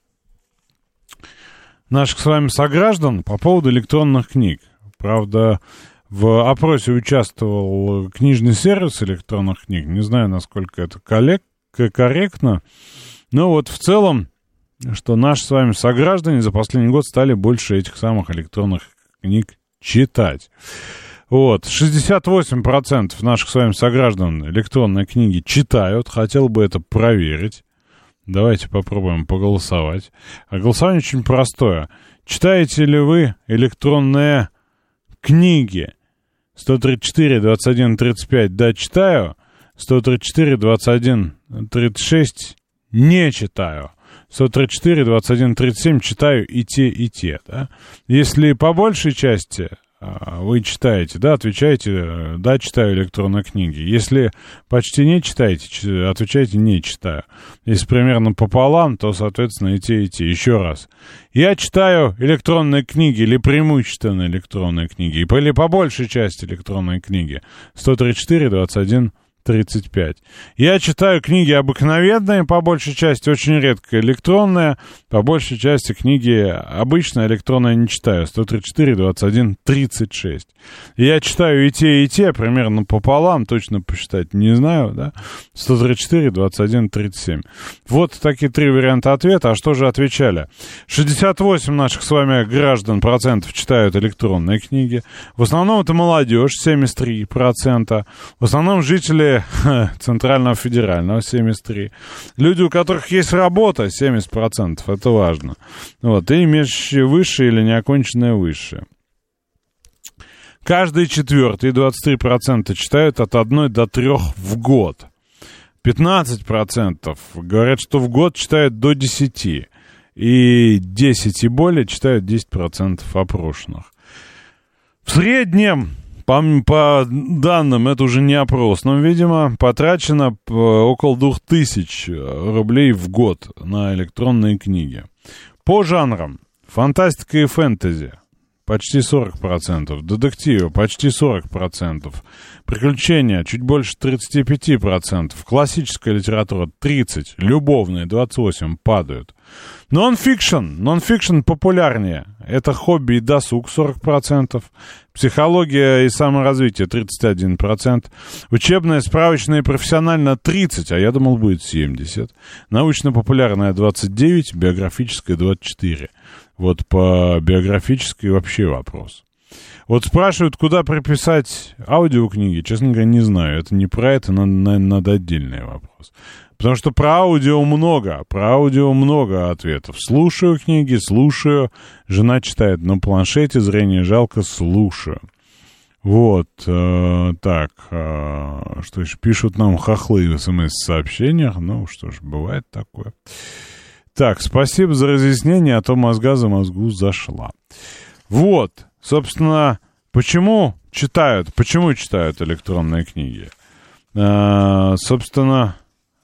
наших с вами сограждан по поводу электронных книг. Правда, в опросе участвовал книжный сервис электронных книг. Не знаю, насколько это корректно. Но вот в целом, что наши с вами сограждане за последний год стали больше этих самых электронных книг читать. Вот, 68% наших с вами сограждан электронные книги читают. Хотел бы это проверить. Давайте попробуем поголосовать. А голосование очень простое. Читаете ли вы электронные книги? 134, 21, 35, да, читаю. 134, 21, 36, не читаю. 134, 21, 37, читаю и те, да. Если по большей части вы читаете, да, отвечаете, да, читаю электронные книги. Если почти не читаете, отвечаете, не читаю. Если примерно пополам, то, соответственно, и те, и те. Еще раз. Я читаю электронные книги или преимущественно электронные книги, или по большей части электронные книги. 134, 21, 35. Я читаю книги обыкновенные, по большей части, очень редко электронные, по большей части книги обычные, электронные не читаю. 134, 21, 36. Я читаю и те, примерно пополам, точно посчитать не знаю, да? 134, 21, 37. Вот такие 3 варианта ответа. А что же отвечали? 68 наших с вами граждан процентов читают электронные книги. В основном это молодежь, 73%. В основном жители Центрального федерального, 73%. Люди, у которых есть работа, 70%. Это важно. Вот. И высшее или неоконченное высшее. Каждый четвертый, 23% читают от 1 до 3 в год. 15% говорят, что в год читают до 10. И 10 и более читают 10% опрошенных. В среднем, по данным, это уже не опрос, но, видимо, потрачено около 2000 рублей в год на электронные книги. По жанрам: фантастика и фэнтези почти 40%, детективы почти 40%, приключения чуть больше 35%, классическая литература 30%, любовные 28% падают. Нон-фикшн популярнее. Это хобби и досуг 40%, психология и саморазвитие 31%, учебное, справочное и профессиональное 30%, а я думал будет 70%, научно-популярное 29%, биографическое 24%. Вот по биографической вообще вопрос. Вот спрашивают, куда приписать аудиокниги. Честно говоря, не знаю. Это не про это, надо отдельный вопрос. Потому что про аудио много ответов. Слушаю книги, слушаю. Жена читает на планшете, зрение жалко, слушаю. Вот, так, что еще? Пишут нам хохлы в СМС-сообщениях. Ну, что ж, бывает такое. Так, спасибо за разъяснение, а то мозга за мозгу зашла. Вот, собственно, почему читают электронные книги? Собственно,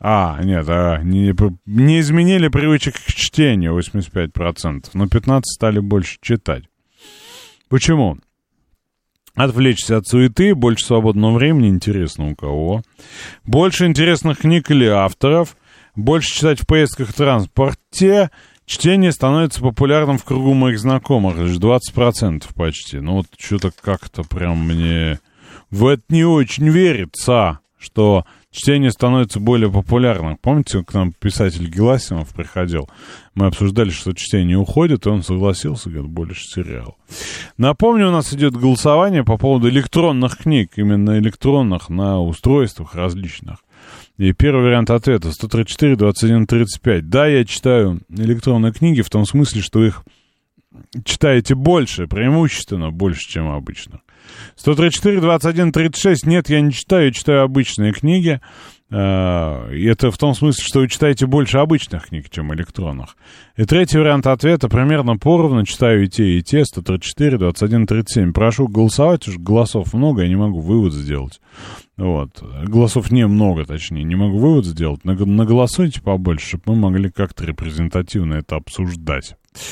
не изменили привычек к чтению 85%, но 15% стали больше читать. Почему? Отвлечься от суеты, больше свободного времени, интересно у кого. Больше интересных книг или авторов. Больше читать в поездках в транспорте. Чтение становится популярным в кругу моих знакомых. Лишь 20% почти. Ну вот что-то как-то прям мне в это не очень верится, что чтение становится более популярным. Помните, к нам писатель Геласимов приходил? Мы обсуждали, что чтение уходит, и он согласился, говорит, больше сериал. Напомню, у нас идет голосование по поводу электронных книг, именно электронных на устройствах различных. И первый вариант ответа 134, 21, 35. Да, я читаю электронные книги в том смысле, что их читаете больше, преимущественно больше, чем обычно. 134, 21, 36. Нет, я не читаю, я читаю обычные книги. И это в том смысле, что вы читаете больше обычных книг, чем электронных. И третий вариант ответа примерно поровну. Читаю и те, 134, 21, 37. Прошу голосовать, уж голосов много, я не могу вывод сделать. Вот. Голосов немного, точнее, не могу вывод сделать. Наголосуйте побольше, чтобы мы могли как-то репрезентативно это обсуждать.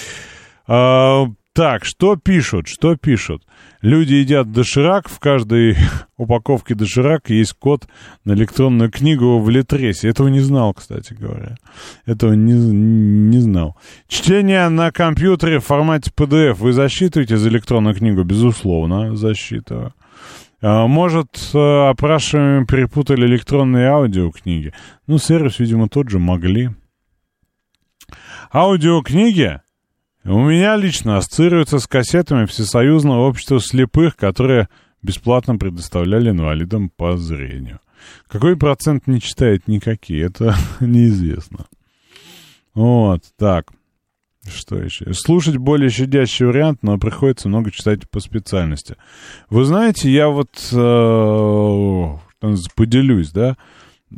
Так, что пишут? Люди едят доширак, в каждой упаковке доширака есть код на электронную книгу в Литресе. Этого не знал, кстати говоря. Этого не знал. Чтение на компьютере в формате PDF. Вы засчитываете за электронную книгу? Безусловно, засчитываю. Может, опрашиваемые перепутали электронные и аудиокниги? Ну, сервис, видимо, тот же могли. Аудиокниги у меня лично ассоциируются с кассетами Всесоюзного общества слепых, которые бесплатно предоставляли инвалидам по зрению. Какой процент не читает никакие, это неизвестно. Вот, так. Что еще? Слушать более щадящий вариант, но приходится много читать по специальности. Вы знаете, я вот поделюсь, да?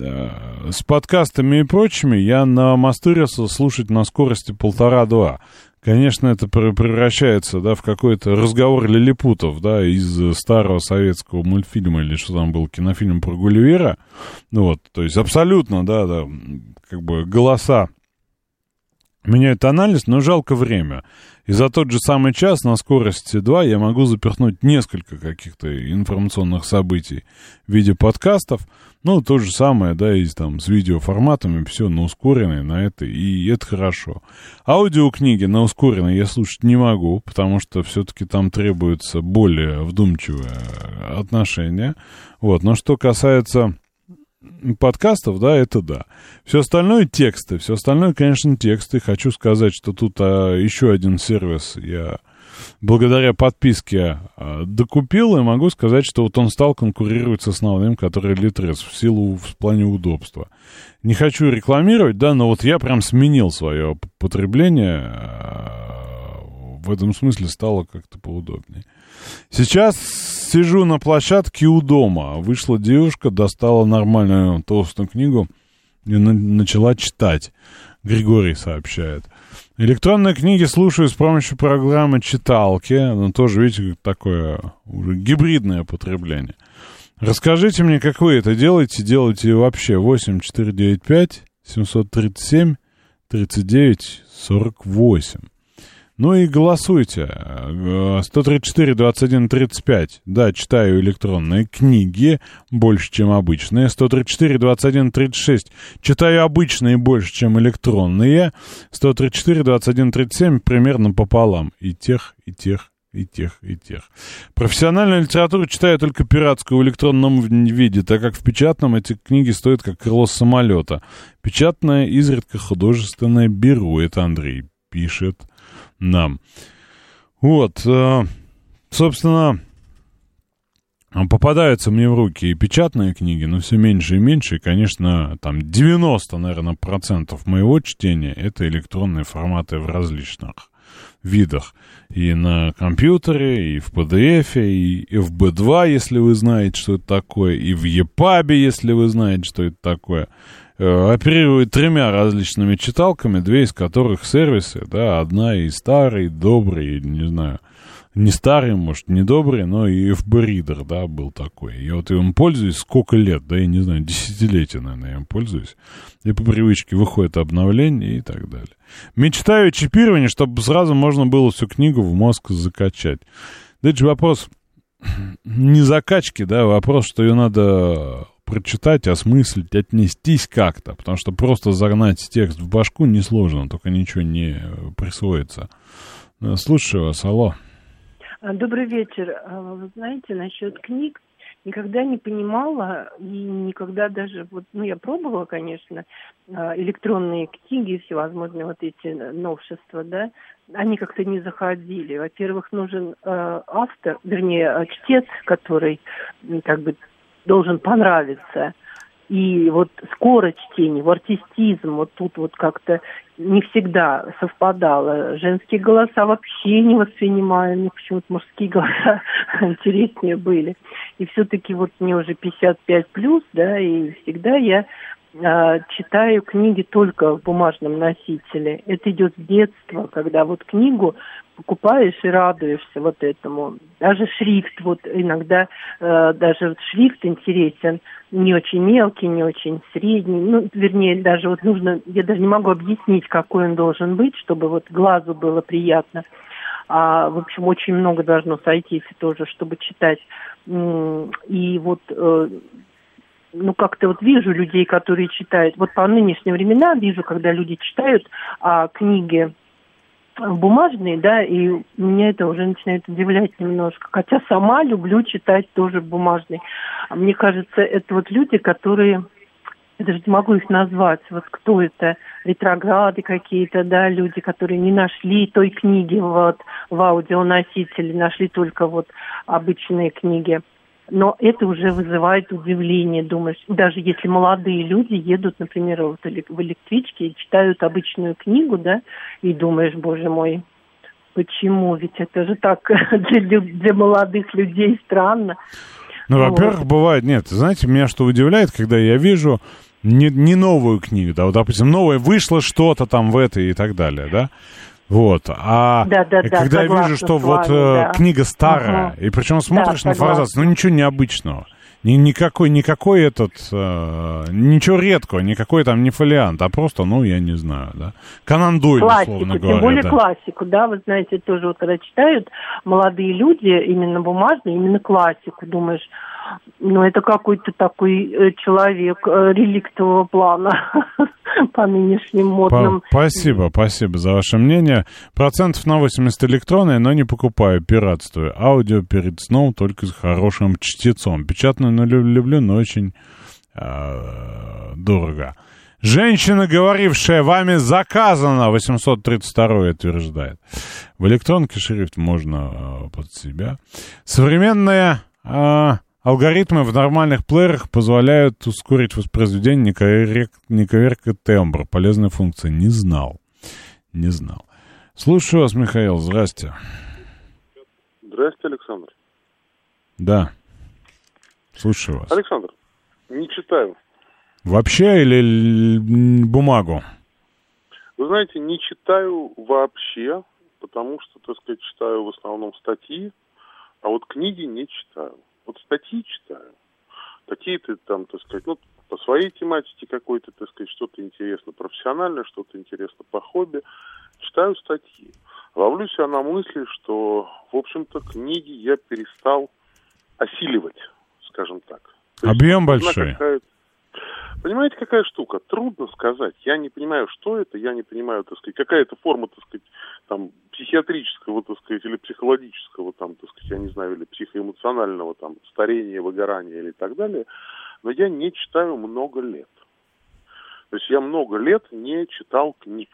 С подкастами и прочими я намастырился слушать на скорости 1,5-2. конечно, это превращается, да, в какой-то разговор лилипутов, да, из старого советского мультфильма, или что там был, кинофильм про Гулливера. Ну вот, то есть абсолютно, да, как бы голоса меняют тональность, но жалко время. И за тот же самый час на скорости 2 я могу запихнуть несколько каких-то информационных событий в виде подкастов. Ну, то же самое, да, и там с видеоформатами, все на ускоренной, на это, и это хорошо. Аудиокниги на ускоренной я слушать не могу, потому что все-таки там требуется более вдумчивое отношение. Вот, но что касается подкастов, да, это да. Все остальное тексты, конечно, тексты. Хочу сказать, что тут еще один сервис я благодаря подписке докупил, и могу сказать, что вот он стал конкурировать с основным, который Литрес, в плане удобства. Не хочу рекламировать, да, но вот я прям сменил свое потребление, в этом смысле стало как-то поудобнее. Сейчас сижу на площадке у дома. Вышла девушка, достала нормальную толстую книгу и начала читать. Григорий сообщает. Электронные книги слушаю с помощью программы читалки. Но тоже, видите, такое уже гибридное потребление. Расскажите мне, как вы это делаете? Делаете вообще 8-495-737-39-48. Ну и голосуйте. 134-21-35. Да, читаю электронные книги больше, чем обычные. 134-21-36. Читаю обычные больше, чем электронные. 134-21-37 примерно пополам. И тех, и тех, и тех, и тех. Профессиональную литературу читаю только пиратскую в электронном виде, так как в печатном эти книги стоят как крыло самолета. Печатное, изредка художественное беру. Это Андрей пишет нам. Вот, собственно, попадаются мне в руки и печатные книги, но все меньше и меньше, и, конечно, там 90, наверное, процентов моего чтения — это электронные форматы в различных видах. И на компьютере, и в PDF, и FB2, если вы знаете, что это такое, и в EPUB, если вы знаете, что это такое. Оперирует 3 различными читалками, 2 из которых сервисы, да, одна и старый, добрый, не знаю, не старый, может, не добрый, но и FB-ридер, да, был такой. Я вот им пользуюсь сколько лет, да, я не знаю, десятилетия, наверное, я им пользуюсь. И по привычке выходит обновление и так далее. Мечтаю о чипировании, чтобы сразу можно было всю книгу в мозг закачать. Да это же вопрос не закачки, да, вопрос, что ее надо прочитать, осмыслить, отнестись как-то, потому что просто загнать текст в башку несложно, только ничего не присвоится. Слушаю вас, алло. Добрый вечер. Вы знаете, насчет книг никогда не понимала и никогда даже, вот, ну, я пробовала, конечно, электронные книги, всевозможные вот эти новшества, да, они как-то не заходили. Во-первых, нужен автор, вернее, чтец, который как бы должен понравиться. И вот скорость чтения, артистизм, вот тут вот как-то не всегда совпадало. Женские голоса вообще не воспринимаю, мне почему-то мужские голоса интереснее были. И все-таки вот мне уже 55+, да, и всегда я читаю книги только в бумажном носителе. Это идет с детства, когда вот книгу покупаешь и радуешься вот этому. Даже шрифт, вот иногда даже вот шрифт интересен, не очень мелкий, не очень средний, ну, вернее, даже вот нужно, я даже не могу объяснить, какой он должен быть, чтобы вот глазу было приятно. В общем, очень много должно сойтись тоже, чтобы читать. И вот ну, как-то вот вижу людей, которые читают, вот по нынешним временам вижу, когда люди читают книги бумажные, да, и меня это уже начинает удивлять немножко. Хотя сама люблю читать тоже бумажные. Мне кажется, это вот люди, которые, я даже не могу их назвать, вот кто это, ретрограды какие-то, да, люди, которые не нашли той книги вот в аудионосителе, нашли только вот обычные книги. Но это уже вызывает удивление, думаешь, даже если молодые люди едут, например, вот в электричке и читают обычную книгу, да, и думаешь, боже мой, почему? Ведь это же так для молодых людей странно. Ну, во-первых, бывает, нет, знаете, меня что удивляет, когда я вижу не новую книгу, да, вот, допустим, новое вышло что-то там в этой и так далее, да, Вот. А когда согласна, я вижу, что вот книга старая, и причем смотришь на фразацию, ну ничего необычного. Никакой ничего редкого, никакой там не фолиант, а просто, ну, я не знаю, да. Конан Дойль, условно говоря. Тем более классику, да, вы знаете, тоже вот когда читают молодые люди, именно бумажные, именно классику, думаешь, ну, это какой-то такой человек реликтового плана по нынешним модным. Спасибо за ваше мнение. 80% электронные, но не покупаю, пиратствую. Аудио перед сном только с хорошим чтецом. Печатную люблю, но очень дорого. Женщина, говорившая вами заказано, 832 утверждает. В электронке шрифт можно под себя. Современные алгоритмы в нормальных плеерах позволяют ускорить воспроизведение, не коверкая тембр. Полезная функция. Не знал. Слушаю вас, Михаил. Здрасте. Здрасте, Александр. Да. Слушаю вас. Александр, не читаю. Вообще или бумагу? Вы знаете, не читаю вообще, потому что, так сказать, читаю в основном статьи, а вот книги не читаю. Вот статьи читаю. Какие-то там, так сказать, ну, по своей тематике какой-то, так сказать, что-то интересно профессионально, что-то интересно по хобби. Читаю статьи. Ловлю себя на мысли, что, в общем-то, книги я перестал осиливать, скажем так. Объем большой. Понимаете, какая штука? Трудно сказать. Я не понимаю, что это, я не понимаю, так сказать, какая-то форма, так сказать, там, психиатрического, так сказать, или психологического, там, так сказать, я не знаю, или психоэмоционального, там, старения, выгорания или так далее. Но я не читаю много лет. То есть я много лет не читал книг.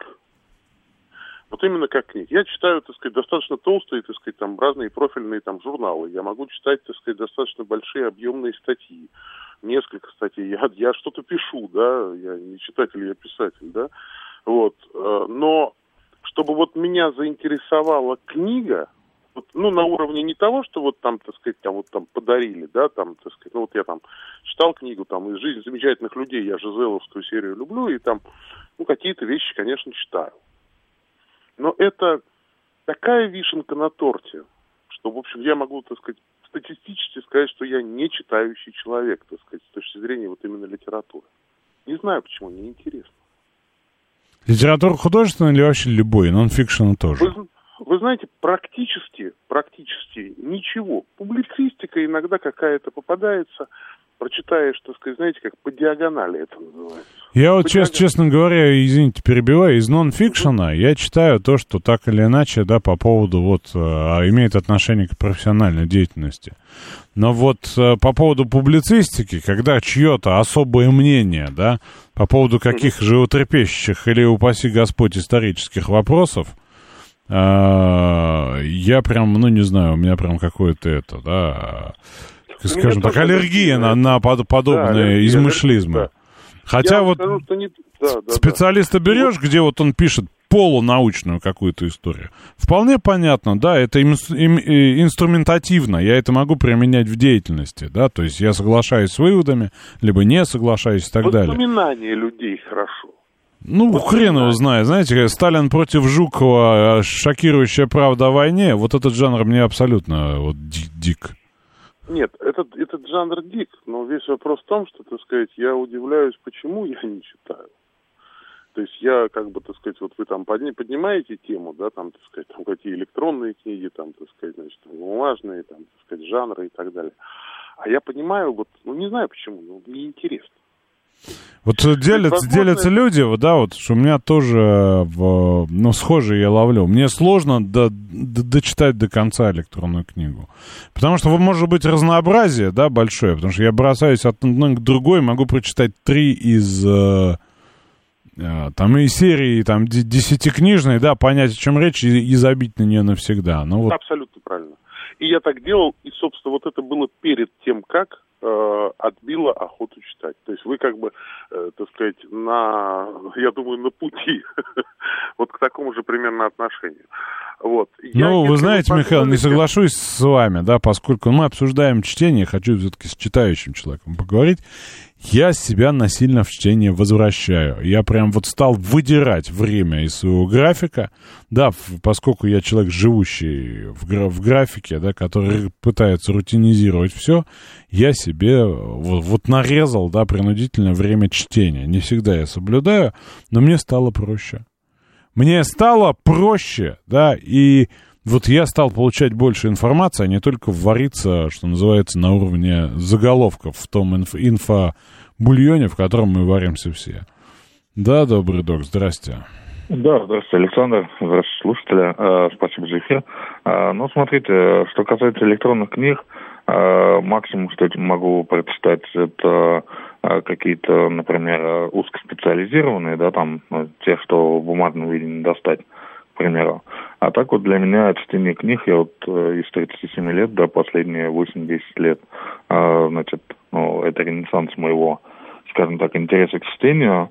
Вот именно как книг. Я читаю, так сказать, достаточно толстые, так сказать, там, разные профильные, там, журналы. Я могу читать, так сказать, достаточно большие объемные статьи. Несколько статей. Я что-то пишу, да, я не читатель, я писатель, да, вот. Но чтобы вот меня заинтересовала книга, вот, ну, на уровне не того, что вот там, так сказать, там вот там подарили, да, там, так сказать, ну, вот я там читал книгу, там, из «Жизни замечательных людей», я Жизеловскую серию люблю, и там, ну, какие-то вещи, конечно, читаю. Но это такая вишенка на торте, что, в общем, я могу, так сказать, статистически сказать, что я не читающий человек, так сказать, с точки зрения вот именно литературы. Не знаю, почему, мне интересно. Литература художественная или вообще любой, нон-фикшн тоже? Вы знаете, практически ничего. Публицистика иногда какая-то попадается, прочитаешь, так сказать, знаете, как по диагонали это называется. Я вот, честно говоря, извините, перебиваю, из нон-фикшена я читаю то, что так или иначе, да, по поводу вот, имеет отношение к профессиональной деятельности. Но вот по поводу публицистики, когда чье-то особое мнение, да, по поводу каких животрепещущих или, упаси Господь, исторических вопросов, я прям, ну, не знаю, у меня прям какое-то это, да, скажем так, аллергия на подобные измышлизмы. Да. Хотя вот скажу, специалиста берешь, где вот он пишет полунаучную какую-то историю, вполне понятно, да, это инструментативно, я это могу применять в деятельности, да, то есть я соглашаюсь с выводами, либо не соглашаюсь и так далее. Воспоминания людей хорошо. Ну, хрен его знает. Знаете, Сталин против Жукова, шокирующая правда о войне, вот этот жанр мне абсолютно вот дик. Нет, этот жанр дик, но весь вопрос в том, что, так сказать, я удивляюсь, почему я не читаю. То есть я, как бы, так сказать, вот вы там поднимаете тему, да, там, так сказать, там какие электронные книги, там, так сказать, значит, бумажные, там, так сказать, жанры и так далее. А я понимаю, вот, ну, не знаю почему, но мне интересно. Вот делятся люди, да, вот, что у меня тоже, ну, схожие я ловлю. Мне сложно дочитать до конца электронную книгу. Потому что может быть разнообразие, да, большое. Потому что я бросаюсь от одной к другой, могу прочитать 3 из, там, и серии, там, 10-книжной, да, понять, о чем речь, и забить на нее навсегда. Ну, вот. Абсолютно правильно. И я так делал, и, собственно, вот это было перед тем, как отбила охоту читать. То есть вы как бы, так сказать, я думаю, на пути вот к такому же примерно отношению. Вот. Ну, вы знаете, Михаил, не соглашусь с вами, да, поскольку мы обсуждаем чтение, хочу все-таки с читающим человеком поговорить. Я себя насильно в чтение возвращаю. Я прям вот стал выдирать время из своего графика, да, поскольку я человек, живущий в графике, да, который пытается рутинизировать все, я себе вот нарезал, да, принудительное время чтения. Не всегда я соблюдаю, но мне стало проще. Мне стало проще, да, и вот я стал получать больше информации, а не только вариться, что называется, на уровне заголовков в том инфобульоне, в котором мы варимся все. Да, добрый док, здрасте. Да, здравствуйте, Александр, здравствуйте, слушатели, спасибо за эфир. Ну, смотрите, что касается электронных книг, максимум, что я могу прочитать, это какие-то, например, узкоспециализированные, да, там, те, что в бумажном виде не достать, к примеру. А так вот для меня чтение книг, я вот из 37 лет, да, последние 8-10 лет, значит, ну, это ренессанс моего, скажем так, интереса к чтению,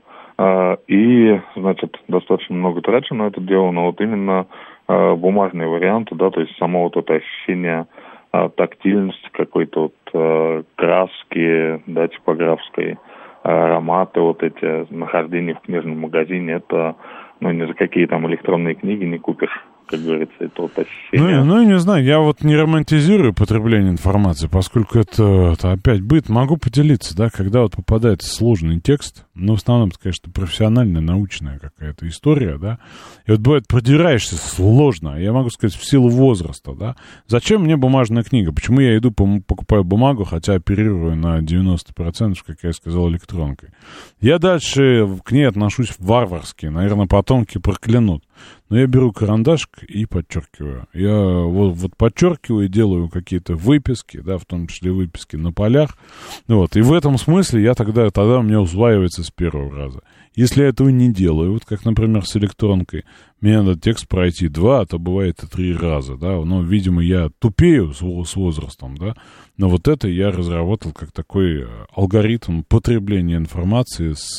и, значит, достаточно много трачу на это дело, но вот именно бумажные варианты, да, то есть само вот это ощущение тактильности какой-то вот краски, да, типографской, ароматы, вот эти нахождения в книжном магазине, это, ну, ни за какие там электронные книги не купишь, как говорится, это вот ощущение. Ну, не знаю, я вот не романтизирую потребление информации, поскольку это опять быт. Могу поделиться, да, когда вот попадает сложный текст, но в основном это, конечно, профессиональная, научная какая-то история, да, и вот бывает, продираешься сложно, я могу сказать, в силу возраста, да. Зачем мне бумажная книга? Почему я иду, покупаю бумагу, хотя оперирую на 90%, как я сказал, электронкой? Я дальше к ней отношусь варварски, наверное, потомки проклянут. Но я беру карандашик и подчеркиваю. Я вот подчеркиваю и делаю какие-то выписки, да, в том числе выписки на полях. Вот. И в этом смысле я тогда у меня усваивается с первого раза. Если я этого не делаю, вот как, например, с электронкой, мне надо текст пройти 2, а то бывает и 3 раза, да. Но, видимо, я тупею с возрастом, да. Но вот это я разработал как такой алгоритм потребления информации с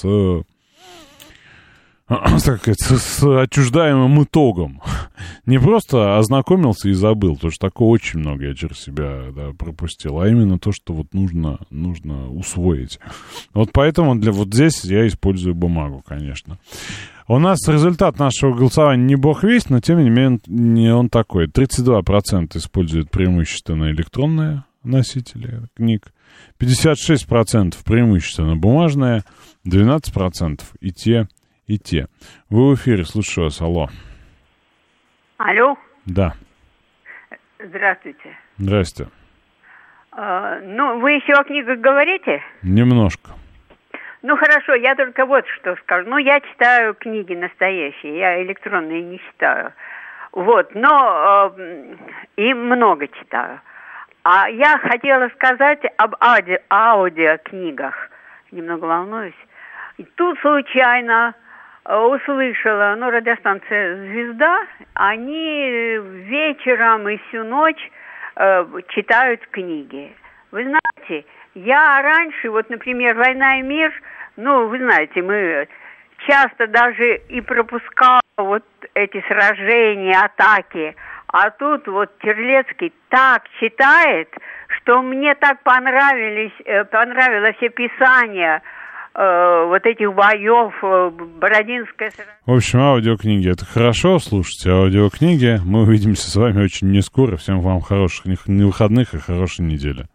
отчуждаемым итогом. Не просто ознакомился и забыл, потому что такого очень много я через себя, да, пропустил, а именно то, что вот нужно усвоить. Вот поэтому вот здесь я использую бумагу, конечно. У нас результат нашего голосования не бог весть, но тем не менее он такой. 32% используют преимущественно электронные носители книг, 56% преимущественно бумажные, 12% и те. Вы в эфире, слушаю вас, алло. Алло? Да. Здравствуйте. Здрасте. Ну, вы еще о книгах говорите? Немножко. Ну, хорошо, я только вот что скажу. Ну, я читаю книги настоящие, я электронные не читаю. Вот, но и много читаю. А я хотела сказать об аудиокнигах. Немного волнуюсь. И тут случайно услышала, радиостанция «Звезда», они вечером и всю ночь читают книги. Вы знаете, я раньше, вот, например, «Война и мир», вы знаете, мы часто даже и пропускали вот эти сражения, атаки, а тут вот Терлецкий так читает, что мне так понравилось описание вот этих боев, Бородинская... В общем, аудиокниги — это хорошо, слушайте аудиокниги. Мы увидимся с вами очень нескоро. Всем вам хороших выходных и хорошей недели.